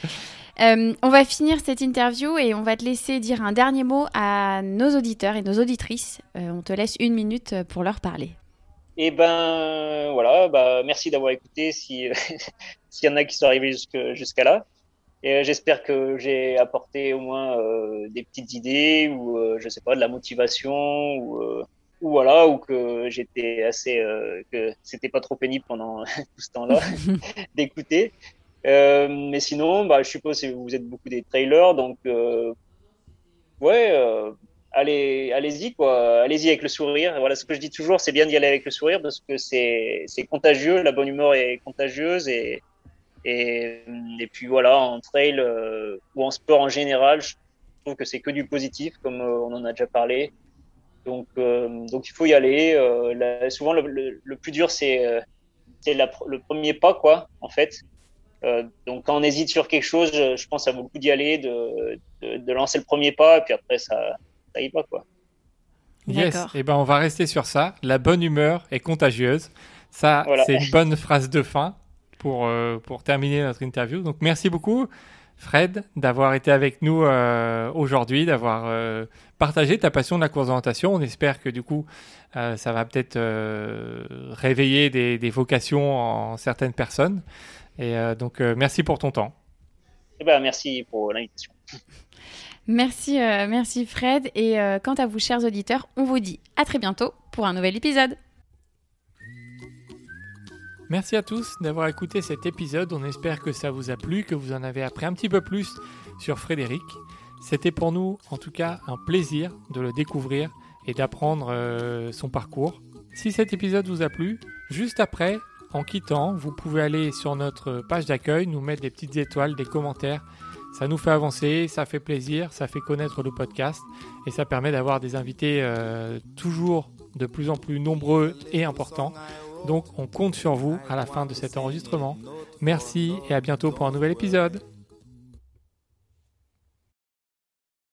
Euh, on va finir cette interview et on va te laisser dire un dernier mot à nos auditeurs et nos auditrices. Euh, on te laisse une minute pour leur parler. Et ben voilà, bah merci d'avoir écouté si s'il y en a qui sont arrivés jusque, jusqu'à là. Et euh, j'espère que j'ai apporté au moins euh, des petites idées ou euh, je sais pas de la motivation ou euh, ou voilà ou que j'étais assez euh, que c'était pas trop pénible pendant tout ce temps-là d'écouter. Euh, mais sinon, bah je suppose que vous êtes beaucoup des trailers, donc euh, ouais. Euh, allez, allez-y quoi, allez-y avec le sourire. Voilà ce que je dis toujours, c'est bien d'y aller avec le sourire parce que c'est c'est contagieux, la bonne humeur est contagieuse et et et puis voilà en trail euh, ou en sport en général, je trouve que c'est que du positif comme euh, on en a déjà parlé. Donc euh, donc il faut y aller. Euh, là, souvent le, le, le plus dur c'est euh, c'est la, le premier pas quoi en fait. Euh, donc quand on hésite sur quelque chose, je, je pense que ça vaut le coup d'y aller, de, de, de lancer le premier pas, et puis après ça, ça y va, quoi. Yes, D'accord. et ben on va rester sur ça. La bonne humeur est contagieuse. Ça, Voilà. c'est une bonne phrase de fin pour, euh, pour terminer notre interview. Donc merci beaucoup, Fred, d'avoir été avec nous euh, aujourd'hui, d'avoir euh, partagé ta passion de la course d'orientation. On espère que du coup, euh, ça va peut-être euh, réveiller des, des vocations en certaines personnes. Et euh, donc, euh, merci pour ton temps. Et ben, merci pour l'invitation. Merci, euh, merci Fred. Et euh, quant à vous, chers auditeurs, on vous dit à très bientôt pour un nouvel épisode. Merci à tous d'avoir écouté cet épisode. On espère que ça vous a plu, que vous en avez appris un petit peu plus sur Frédéric. C'était pour nous, en tout cas, un plaisir de le découvrir et d'apprendre euh, son parcours. Si cet épisode vous a plu, juste après, en quittant, vous pouvez aller sur notre page d'accueil, nous mettre des petites étoiles, des commentaires. Ça nous fait avancer, ça fait plaisir, ça fait connaître le podcast et ça permet d'avoir des invités euh, toujours de plus en plus nombreux et importants. Donc on compte sur vous à la fin de cet enregistrement. Merci et à bientôt pour un nouvel épisode.